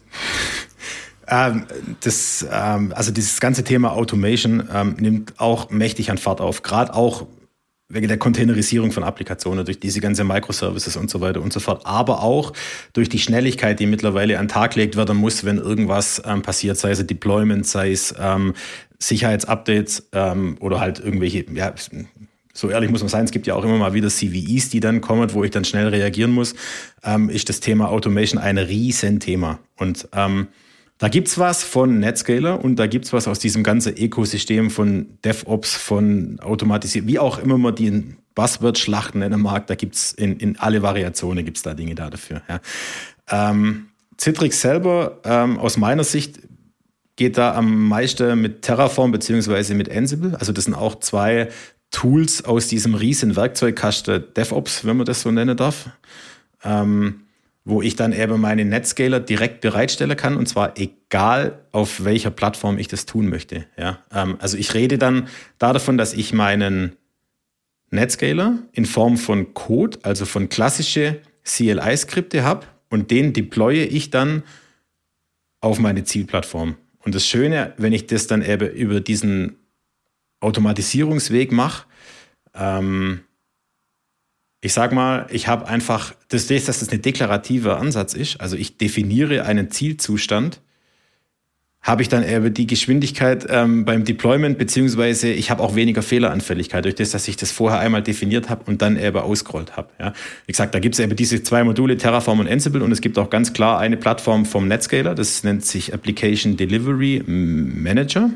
Speaker 3: Ähm, das, ähm, also dieses ganze Thema Automation ähm, nimmt auch mächtig an Fahrt auf. Gerade auch wegen der Containerisierung von Applikationen, durch diese ganze Microservices und so weiter und so fort. Aber auch durch die Schnelligkeit, die mittlerweile an den Tag gelegt werden muss, wenn irgendwas ähm, passiert, sei es ein Deployment, sei es ähm, Sicherheitsupdates ähm, oder halt irgendwelche, ja, so ehrlich muss man sein, es gibt ja auch immer mal wieder C V Es, die dann kommen, wo ich dann schnell reagieren muss, ähm, ist das Thema Automation ein Riesenthema. Und ähm, da gibt's was von Netscaler und da gibt's was aus diesem ganzen Ökosystem von DevOps, von Automatisierung, wie auch immer man die Buzzword-Schlachten nennen mag, da gibt's in, in alle Variationen gibt's da Dinge da dafür. Ja. Ähm, Citrix selber, ähm, aus meiner Sicht, geht da am meisten mit Terraform beziehungsweise mit Ansible. Also das sind auch zwei Tools aus diesem riesen Werkzeugkasten DevOps, wenn man das so nennen darf, ähm, wo ich dann eben meine Netscaler direkt bereitstellen kann und zwar egal, auf welcher Plattform ich das tun möchte. Ja, ähm, also ich rede dann da davon, dass ich meinen Netscaler in Form von Code, also von klassische C L I-Skripte habe und den deploye ich dann auf meine Zielplattform. Und das Schöne, wenn ich das dann eben über diesen Automatisierungsweg mache, ähm, ich sag mal, ich habe einfach, das ist, dass das ein deklarativer Ansatz ist, also ich definiere einen Zielzustand, habe ich dann eben die Geschwindigkeit ähm, beim Deployment, beziehungsweise ich habe auch weniger Fehleranfälligkeit durch das, dass ich das vorher einmal definiert habe und dann eben ausgerollt habe. Ja. Wie gesagt, da gibt es eben diese zwei Module, Terraform und Ansible, und es gibt auch ganz klar eine Plattform vom Netscaler, das nennt sich Application Delivery Manager.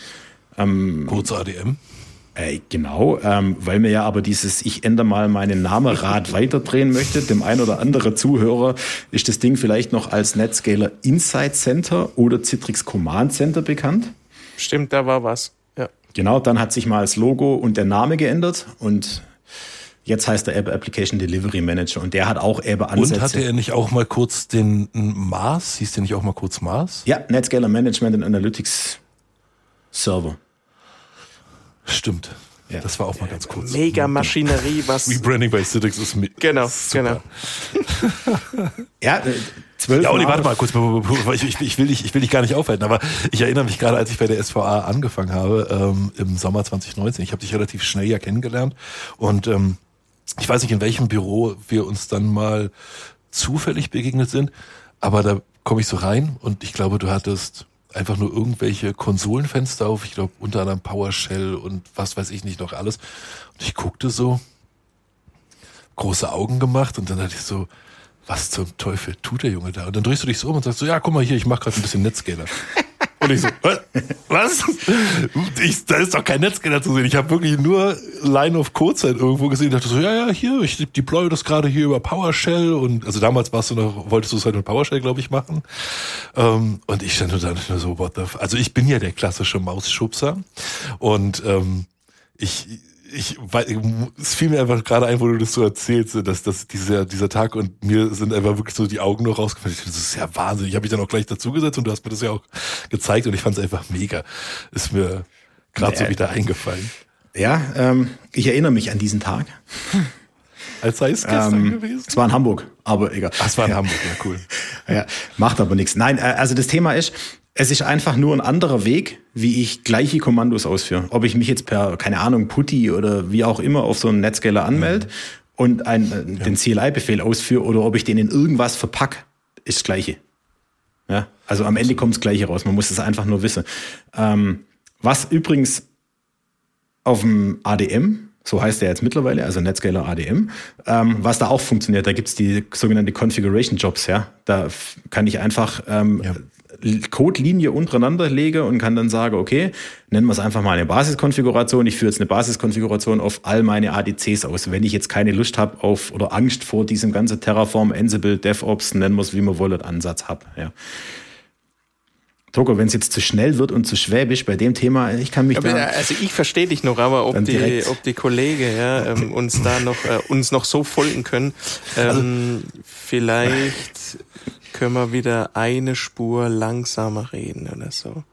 Speaker 1: Ähm, Kurz A D M.
Speaker 3: Äh, genau, ähm, weil mir ja aber dieses Ich ändere mal meinen Namenrad weiterdrehen möchte, dem ein oder anderen Zuhörer ist das Ding vielleicht noch als Netscaler Insight Center oder Citrix Command Center bekannt.
Speaker 2: Stimmt, da war was. Ja.
Speaker 3: Genau, dann hat sich mal das Logo und der Name geändert und jetzt heißt er Application Delivery Manager und der hat auch eben Ansätze.
Speaker 1: Und hatte er nicht auch mal kurz den Mars? Hieß der nicht auch mal kurz Mars?
Speaker 3: Ja, Netscaler Management and Analytics Server.
Speaker 1: Stimmt. Ja. Das war auch mal ganz kurz.
Speaker 2: Mega Maschinerie, was.
Speaker 1: Rebranding bei Citrix ist mit.
Speaker 2: Genau,
Speaker 1: super.
Speaker 2: genau.
Speaker 3: Ja, äh, zwölf.
Speaker 1: Ja, Olli, warte mal kurz. Ich, ich, ich, will dich, ich will dich gar nicht aufhalten, aber ich erinnere mich gerade, als ich bei der S V A angefangen habe, ähm, im Sommer zwanzig neunzehn. Ich habe dich relativ schnell ja kennengelernt und ähm, ich weiß nicht, in welchem Büro wir uns dann mal zufällig begegnet sind, aber da komme ich so rein und ich glaube, du hattest einfach nur irgendwelche Konsolenfenster auf, ich glaube unter anderem PowerShell und was weiß ich nicht noch alles. Und ich guckte so, große Augen gemacht und dann hatte ich so, was zum Teufel tut der Junge da? Und dann drehst du dich so um und sagst so, ja, guck mal hier, ich mache gerade ein bisschen Netscaler. Und ich so, was? Ich, da ist doch kein Netscaler zu sehen. Ich habe wirklich nur Line of Code halt irgendwo gesehen. Ich dachte so, ja, ja, hier, ich deploye das gerade hier über PowerShell. Und also damals warst du noch, wolltest du es halt mit PowerShell, glaube ich, machen. Ähm, und ich stand da nur so, what the f-? Also ich bin ja der klassische Mausschubser. Und ähm, ich... Ich, weil, es fiel mir einfach gerade ein, wo du das so erzählst, dass, dass dieser, dieser Tag und mir sind einfach wirklich so die Augen noch rausgefallen. Das ist ja Wahnsinn. Ich habe mich dann auch gleich dazugesetzt und du hast mir das ja auch gezeigt und ich fand es einfach mega. Ist mir gerade so wieder eingefallen.
Speaker 3: Ja, ähm, ich erinnere mich an diesen Tag.
Speaker 1: Als sei es gestern ähm, gewesen?
Speaker 3: Es war in Hamburg, aber egal.
Speaker 1: Ach, es war in
Speaker 3: ja.
Speaker 1: Hamburg, ja cool.
Speaker 3: Ja, macht aber nichts. Nein, also das Thema ist, es ist einfach nur ein anderer Weg, wie ich gleiche Kommandos ausführe. Ob ich mich jetzt per, keine Ahnung, Putty oder wie auch immer auf so einen Netscaler anmelde mhm. und ein, äh, ja. den C L I-Befehl ausführe oder ob ich den in irgendwas verpack, ist das Gleiche. Ja, also am Ende kommt das Gleiche raus. Man muss es einfach nur wissen. Ähm, was übrigens auf dem A D M, so heißt der jetzt mittlerweile, also Netscaler A D M, ähm, was da auch funktioniert, da gibt's die sogenannte Configuration Jobs. Ja, da f- kann ich einfach ähm, ja. Codelinie untereinander lege und kann dann sagen, okay, nennen wir es einfach mal eine Basiskonfiguration. Ich führe jetzt eine Basiskonfiguration auf all meine A D Cs aus. Wenn ich jetzt keine Lust habe auf oder Angst vor diesem ganzen Terraform, Ansible, DevOps, nennen wir es wie wir wollen, Ansatz habe. Ja. Togo, wenn es jetzt zu schnell wird und zu schwäbisch bei dem Thema, ich kann mich
Speaker 2: aber,
Speaker 3: da...
Speaker 2: Also ich verstehe dich noch, aber ob die, ob die Kollegen ja, ähm, uns da noch äh, uns noch so folgen können, ähm, also, vielleicht können wir wieder eine Spur langsamer reden oder so.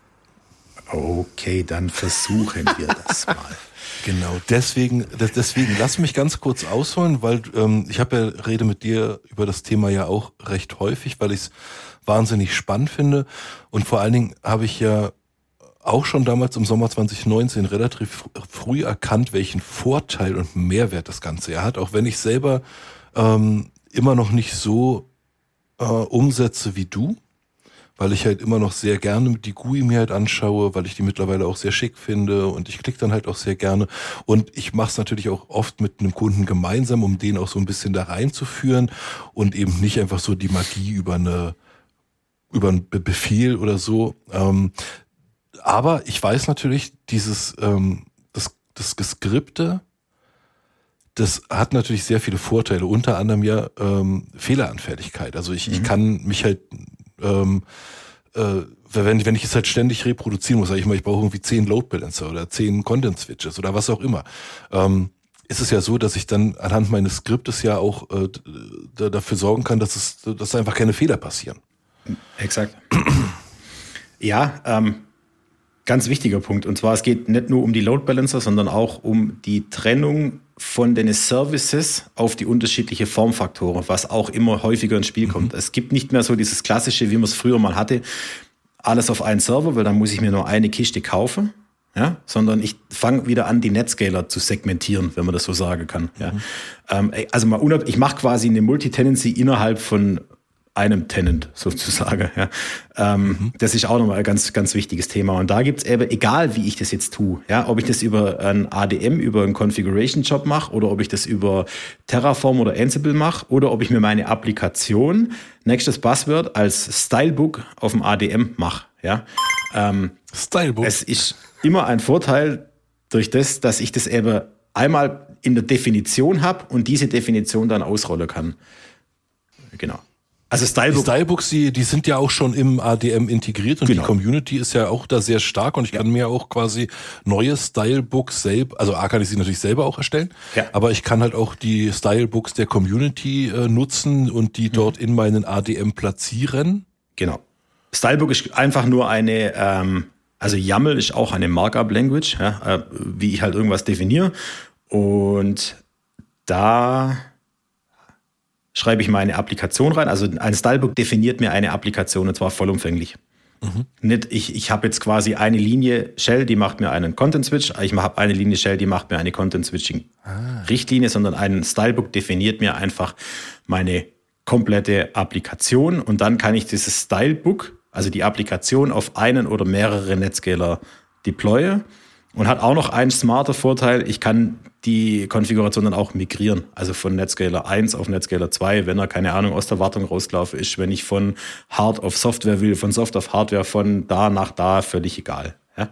Speaker 3: Okay, dann versuchen wir das mal.
Speaker 1: Genau, deswegen, deswegen lass mich ganz kurz ausholen, weil ähm, ich habe ja rede mit dir über das Thema ja auch recht häufig, weil ich es wahnsinnig spannend finde und vor allen Dingen habe ich ja auch schon damals im Sommer zwanzig neunzehn relativ früh erkannt, welchen Vorteil und Mehrwert das Ganze ja hat, auch wenn ich selber ähm, immer noch nicht so äh, umsetze wie du, weil ich halt immer noch sehr gerne die G U I mir halt anschaue, weil ich die mittlerweile auch sehr schick finde und ich klicke dann halt auch sehr gerne und ich mache es natürlich auch oft mit einem Kunden gemeinsam, um den auch so ein bisschen da reinzuführen und eben nicht einfach so die Magie über eine über einen Be- Befehl oder so. Ähm, aber ich weiß natürlich, dieses ähm, das, das Geskripte, das hat natürlich sehr viele Vorteile, unter anderem ja ähm, Fehleranfälligkeit. Also ich, mhm. ich kann mich halt ähm, äh, wenn, wenn ich es halt ständig reproduzieren muss, sag ich mal, ich brauche irgendwie zehn Load Balancer oder zehn Content Switches oder was auch immer, ähm, ist es ja so, dass ich dann anhand meines Skriptes ja auch äh, d- dafür sorgen kann, dass es, dass einfach keine Fehler passieren.
Speaker 3: Exakt. Ja, ähm, ganz wichtiger Punkt. Und zwar, es geht nicht nur um die Load Balancer, sondern auch um die Trennung von den Services auf die unterschiedlichen Formfaktoren, was auch immer häufiger ins Spiel kommt. Mhm. Es gibt nicht mehr so dieses klassische, wie man es früher mal hatte, alles auf einen Server, weil dann muss ich mir nur eine Kiste kaufen, ja, sondern ich fange wieder an, die Netscaler zu segmentieren, wenn man das so sagen kann. Ja. Mhm. Ähm, also mal unab- ich mache quasi eine Multitenancy innerhalb von einem Tenant sozusagen. Ja. Ähm, mhm. Das ist auch nochmal ein ganz, ganz wichtiges Thema. Und da gibt's eben, egal wie ich das jetzt tue, ja, ob ich das über ein A D M, über einen Configuration-Job mache oder ob ich das über Terraform oder Ansible mache oder ob ich mir meine Applikation, nächstes Buzzword, als Stylebook auf dem A D M mache. Ja. Ähm,
Speaker 1: Stylebook.
Speaker 3: Es ist immer ein Vorteil durch das, dass ich das eben einmal in der Definition habe und diese Definition dann ausrollen kann. Genau. Also Stylebook.
Speaker 1: Die Stylebooks, die, die sind ja auch schon im A D M integriert und
Speaker 3: genau.
Speaker 1: Die Community ist ja auch da sehr stark und ich kann ja. mir auch quasi neue Stylebooks selber, also A kann ich sie natürlich selber auch erstellen, ja. aber ich kann halt auch die Stylebooks der Community äh, nutzen und die mhm. dort in meinen A D M platzieren.
Speaker 3: Genau. Stylebook ist einfach nur eine, ähm, also YAML ist auch eine Markup-Language, ja, äh, wie ich halt irgendwas definiere und da schreibe ich meine Applikation rein. Also ein Stylebook definiert mir eine Applikation und zwar vollumfänglich. Mhm. Nicht, ich, ich habe jetzt quasi eine Linie Shell, die macht mir einen Content Switch. Ich habe eine Linie Shell, die macht mir eine Content Switching ah. Richtlinie, sondern ein Stylebook definiert mir einfach meine komplette Applikation und dann kann ich dieses Stylebook, also die Applikation, auf einen oder mehrere Netscaler deployen und hat auch noch einen smarter Vorteil. Ich kann die Konfiguration dann auch migrieren, also von Netscaler eins auf Netscaler zwei, wenn er, keine Ahnung, aus der Wartung rausgelaufen ist, wenn ich von Hard auf Software will, von Soft auf Hardware, von da nach da, völlig egal. Ja.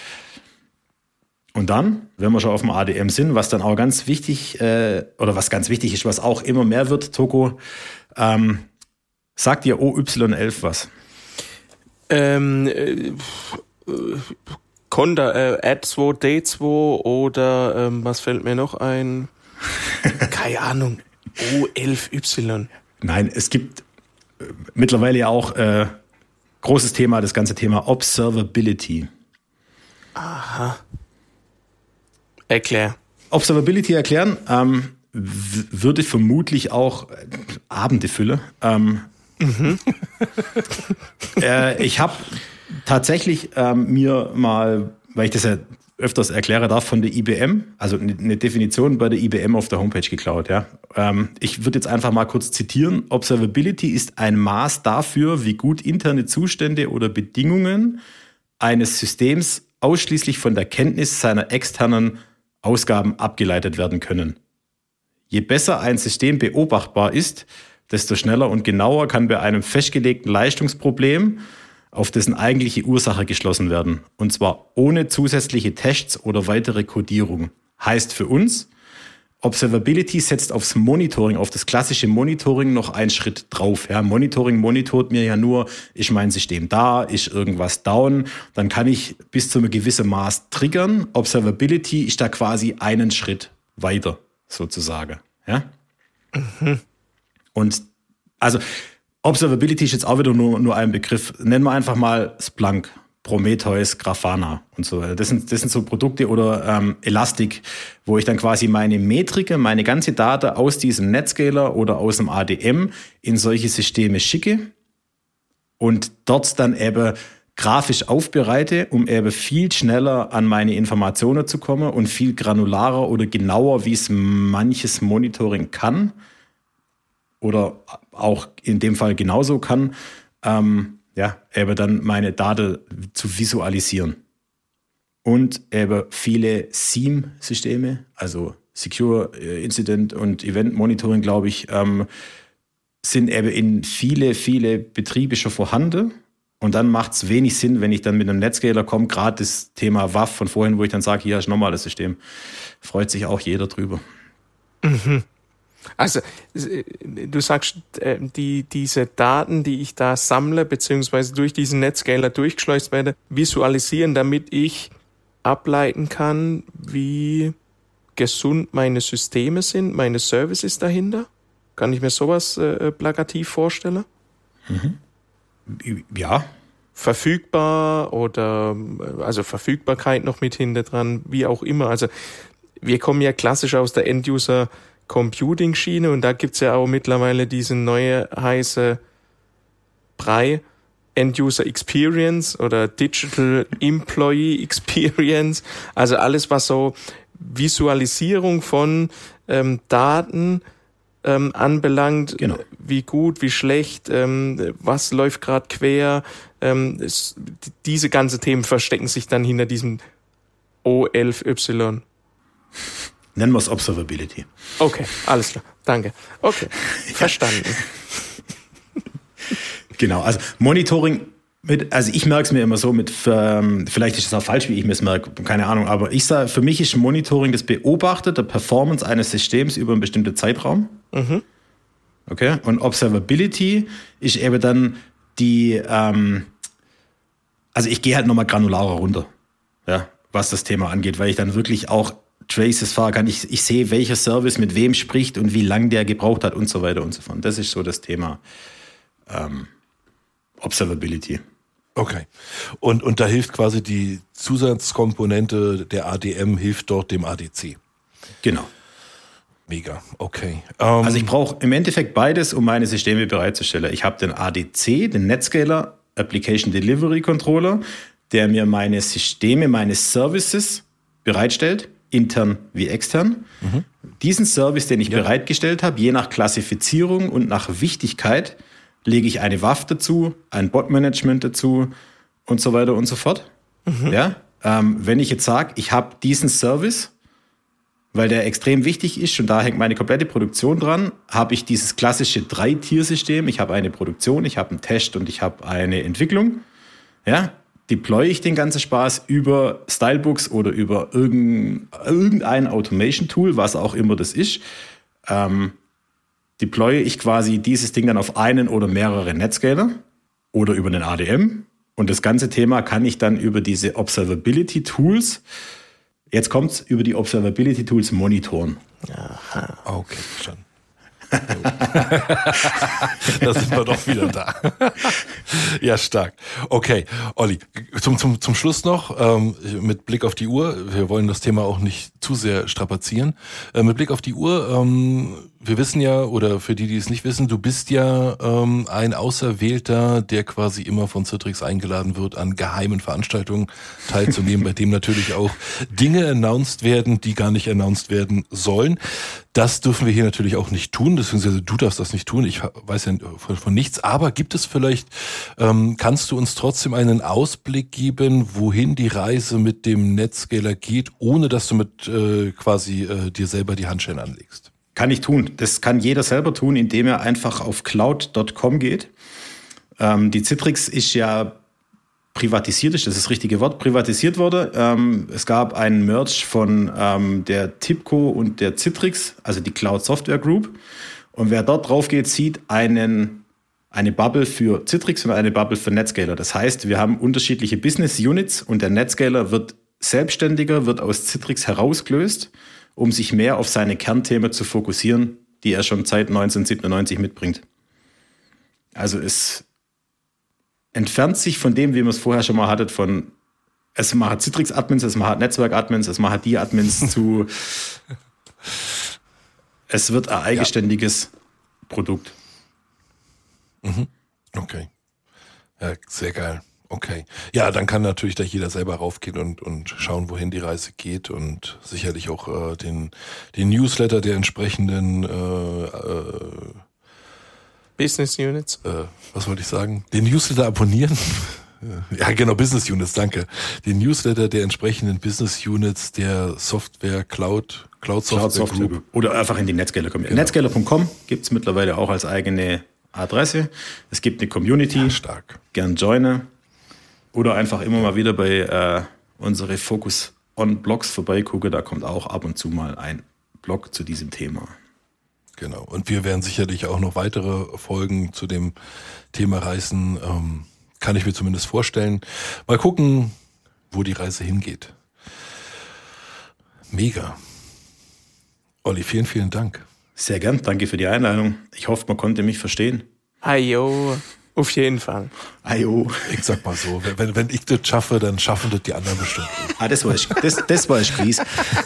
Speaker 3: Und dann, wenn wir schon auf dem A D M sind, was dann auch ganz wichtig, äh, oder was ganz wichtig ist, was auch immer mehr wird, Toko, ähm, sagt dir O Y elf was?
Speaker 2: Ähm, äh, Conda, äh, Add zwei, D zwei oder ähm, was fällt mir noch ein? Keine Ahnung. O elf Y.
Speaker 3: Nein, es gibt äh, mittlerweile ja auch äh, großes Thema, das ganze Thema Observability.
Speaker 2: Aha. Erklär.
Speaker 3: Observability erklären ähm, w- würde vermutlich auch äh, Abende füllen. Ähm, mhm. äh, ich habe tatsächlich ähm, mir mal, weil ich das ja öfters erklären darf, von der I B M, also eine Definition bei der I B M auf der Homepage geklaut. Ja. Ähm, ich würde jetzt einfach mal kurz zitieren. Observability ist ein Maß dafür, wie gut interne Zustände oder Bedingungen eines Systems ausschließlich von der Kenntnis seiner externen Ausgaben abgeleitet werden können. Je besser ein System beobachtbar ist, desto schneller und genauer kann bei einem festgelegten Leistungsproblem auf dessen eigentliche Ursache geschlossen werden. Und zwar ohne zusätzliche Tests oder weitere Codierung. Heißt für uns, Observability setzt aufs Monitoring, auf das klassische Monitoring noch einen Schritt drauf. Ja, Monitoring monitort mir ja nur, ist mein System da, ist irgendwas down, dann kann ich bis zu einem gewissen Maß triggern. Observability ist da quasi einen Schritt weiter, sozusagen. Ja? Mhm. Und also Observability ist jetzt auch wieder nur, nur ein Begriff. Nennen wir einfach mal Splunk, Prometheus, Grafana und so weiter. Das sind, das sind so Produkte oder ähm, Elastic, wo ich dann quasi meine Metriken, meine ganze Daten aus diesem Netscaler oder aus dem A D M in solche Systeme schicke und dort dann eben grafisch aufbereite, um eben viel schneller an meine Informationen zu kommen und viel granularer oder genauer, wie es manches Monitoring kann oder auch in dem Fall genauso kann, ähm, ja, eben dann meine Daten zu visualisieren. Und eben viele S I E M-Systeme, also Secure Incident und Event Monitoring, glaube ich, ähm, sind eben in viele, viele Betriebe schon vorhanden. Und dann macht es wenig Sinn, wenn ich dann mit einem Netscaler komme, gerade das Thema W A F von vorhin, wo ich dann sage, hier ist nochmal das System. Freut sich auch jeder drüber.
Speaker 2: Mhm. Also du sagst, die, diese Daten, die ich da sammle, beziehungsweise durch diesen Netscaler durchgeschleust werde, visualisieren, damit ich ableiten kann, wie gesund meine Systeme sind, meine Services dahinter? Kann ich mir sowas äh, plakativ vorstellen?
Speaker 3: Mhm. Ja.
Speaker 2: Verfügbar oder also Verfügbarkeit noch mit hinter dran, wie auch immer. Also wir kommen ja klassisch aus der End-User Computing-Schiene und da gibt's ja auch mittlerweile diese neue heiße Brei End-User Experience oder Digital Employee Experience. Also alles, was so Visualisierung von ähm, Daten ähm, anbelangt,
Speaker 3: genau.
Speaker 2: Wie gut, wie schlecht, ähm, was läuft gerade quer. Ähm, es, diese ganzen Themen verstecken sich dann hinter diesem O elf Y.
Speaker 3: Nennen wir es Observability.
Speaker 2: Okay, alles klar. Danke. Okay, verstanden.
Speaker 3: Genau, also Monitoring, mit, also ich merke es mir immer so mit, ähm, vielleicht ist es auch falsch, wie ich mir es merke, keine Ahnung, aber ich sage, für mich ist Monitoring das Beobachten der Performance eines Systems über einen bestimmten Zeitraum. Mhm. Okay, und Observability ist eben dann die, ähm, also ich gehe halt nochmal granularer runter, ja, was das Thema angeht, weil ich dann wirklich auch Traces fahren kann. Ich, ich sehe, welcher Service mit wem spricht und wie lange der gebraucht hat und so weiter und so fort. Das ist so das Thema ähm, Observability.
Speaker 1: Okay. Und, und da hilft quasi die Zusatzkomponente der A D M, hilft dort dem A D C.
Speaker 3: Genau.
Speaker 1: Mega, okay.
Speaker 3: Um also ich brauche im Endeffekt beides, um meine Systeme bereitzustellen. Ich habe den A D C, den Netscaler Application Delivery Controller, der mir meine Systeme, meine Services bereitstellt, intern wie extern. Mhm. Diesen Service, den ich ja. bereitgestellt habe, je nach Klassifizierung und nach Wichtigkeit, lege ich eine W A F dazu, ein Bot-Management dazu und so weiter und so fort. Mhm. Ja? Ähm, wenn ich jetzt sage, ich habe diesen Service, weil der extrem wichtig ist und da hängt meine komplette Produktion dran, habe ich dieses klassische Drei-Tier-System. Ich habe eine Produktion, ich habe einen Test und ich habe eine Entwicklung. Ja? Deploy ich den ganzen Spaß über Stylebooks oder über irgendein Automation-Tool, was auch immer das ist, ähm, deploye ich quasi dieses Ding dann auf einen oder mehrere Netscaler oder über den A D M. Und das ganze Thema kann ich dann über diese Observability-Tools, jetzt kommt's, über die Observability-Tools monitoren.
Speaker 1: Aha. Okay, schon. Da sind wir doch wieder da. Ja, stark. Okay, Olli, zum, zum, zum Schluss noch, ähm, mit Blick auf die Uhr, wir wollen das Thema auch nicht zu sehr strapazieren, äh, mit Blick auf die Uhr, ähm, wir wissen ja, oder für die, die es nicht wissen, du bist ja ähm, ein Auserwählter, der quasi immer von Citrix eingeladen wird, an geheimen Veranstaltungen teilzunehmen, bei dem natürlich auch Dinge announced werden, die gar nicht announced werden sollen. Das dürfen wir hier natürlich auch nicht tun, beziehungsweise du darfst das nicht tun. Ich weiß ja von, von nichts. Aber gibt es vielleicht, ähm, kannst du uns trotzdem einen Ausblick geben, wohin die Reise mit dem Netscaler geht, ohne dass du mit äh, quasi äh, dir selber die Handschellen anlegst?
Speaker 3: Kann ich tun. Das kann jeder selber tun, indem er einfach auf cloud Punkt com geht. Ähm, die Citrix ist ja privatisiert ist, das ist das richtige Wort, privatisiert wurde. Ähm, es gab einen Merge von ähm, der TIBCO und der Citrix, also die Cloud Software Group. Und wer dort drauf geht, sieht einen, eine Bubble für Citrix und eine Bubble für Netscaler. Das heißt, wir haben unterschiedliche Business Units und der Netscaler wird selbstständiger, wird aus Citrix herausgelöst, um sich mehr auf seine Kernthemen zu fokussieren, die er schon seit neunzehnhundertsiebenundneunzig mitbringt. Also es entfernt sich von dem, wie man es vorher schon mal hattet, von es macht Citrix-Admins, es macht Netzwerk-Admins, es macht die Admins zu. Es wird ein eigenständiges ja. Produkt.
Speaker 1: Mhm. Okay. Ja, sehr geil. Okay. Ja, dann kann natürlich da jeder selber raufgehen und, und schauen, wohin die Reise geht und sicherlich auch äh, den, den Newsletter der entsprechenden äh, äh,
Speaker 2: Business Units.
Speaker 1: Äh, was wollte ich sagen? Den Newsletter abonnieren. Ja, genau, Business Units, danke. Den Newsletter der entsprechenden Business Units der Software Cloud, Cloud Software, Cloud Software Group.
Speaker 3: Oder einfach in die Netscaler kommen. Genau. Netscaler Punkt com gibt es mittlerweile auch als eigene Adresse. Es gibt eine Community.
Speaker 1: Ja, stark.
Speaker 3: Gern joinen. Oder einfach immer mal wieder bei äh, unsere Focus on Blogs vorbeigucken. Da kommt auch ab und zu mal ein Blog zu diesem Thema.
Speaker 1: Genau. Und wir werden sicherlich auch noch weitere Folgen zu dem Thema reißen. Ähm, kann ich mir zumindest vorstellen. Mal gucken, wo die Reise hingeht. Mega. Olli, vielen, vielen Dank.
Speaker 3: Sehr gern. Danke für die Einladung. Ich hoffe, man konnte mich verstehen.
Speaker 2: Ajo, auf jeden Fall.
Speaker 3: Ajo.
Speaker 1: Ich sag mal so, wenn, wenn ich das schaffe, dann schaffen das die anderen bestimmt.
Speaker 3: Ah, das war ich, das, das war ich Spieß.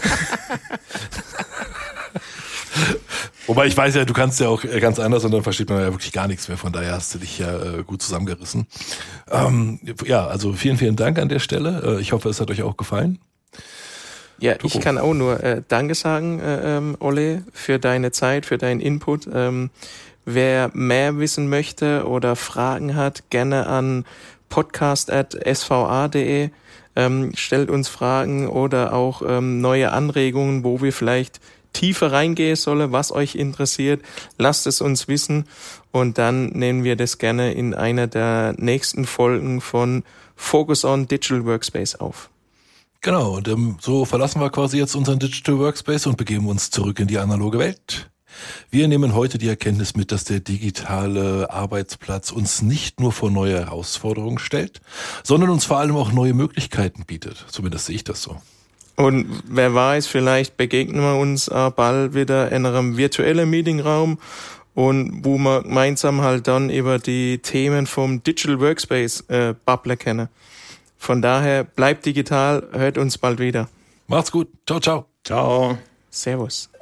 Speaker 1: Wobei ich weiß ja, du kannst ja auch ganz anders und dann versteht man ja wirklich gar nichts mehr. Von daher hast du dich ja äh, gut zusammengerissen. Ähm, ja, also vielen, vielen Dank an der Stelle. Äh, ich hoffe, es hat euch auch gefallen.
Speaker 2: Ja, Tuko. Ich kann auch nur äh, Danke sagen, äh, ähm, Olle, für deine Zeit, für deinen Input. Ähm, wer mehr wissen möchte oder Fragen hat, gerne an podcast at s v a punkt d e. Ähm, stellt uns Fragen oder auch ähm, neue Anregungen, wo wir vielleicht tiefer reingehen sollen, was euch interessiert. Lasst es uns wissen und dann nehmen wir das gerne in einer der nächsten Folgen von Focus on Digital Workspace auf.
Speaker 1: Genau, und ähm, so verlassen wir quasi jetzt unseren Digital Workspace und begeben uns zurück in die analoge Welt. Wir nehmen heute die Erkenntnis mit, dass der digitale Arbeitsplatz uns nicht nur vor neue Herausforderungen stellt, sondern uns vor allem auch neue Möglichkeiten bietet. Zumindest sehe ich das so.
Speaker 2: Und wer weiß, vielleicht begegnen wir uns auch bald wieder in einem virtuellen Meetingraum und wo wir gemeinsam halt dann über die Themen vom Digital Workspace äh, Bubble kennen. Von daher bleibt digital, hört uns bald wieder.
Speaker 1: Macht's gut. Ciao, ciao.
Speaker 3: Ciao.
Speaker 2: Servus.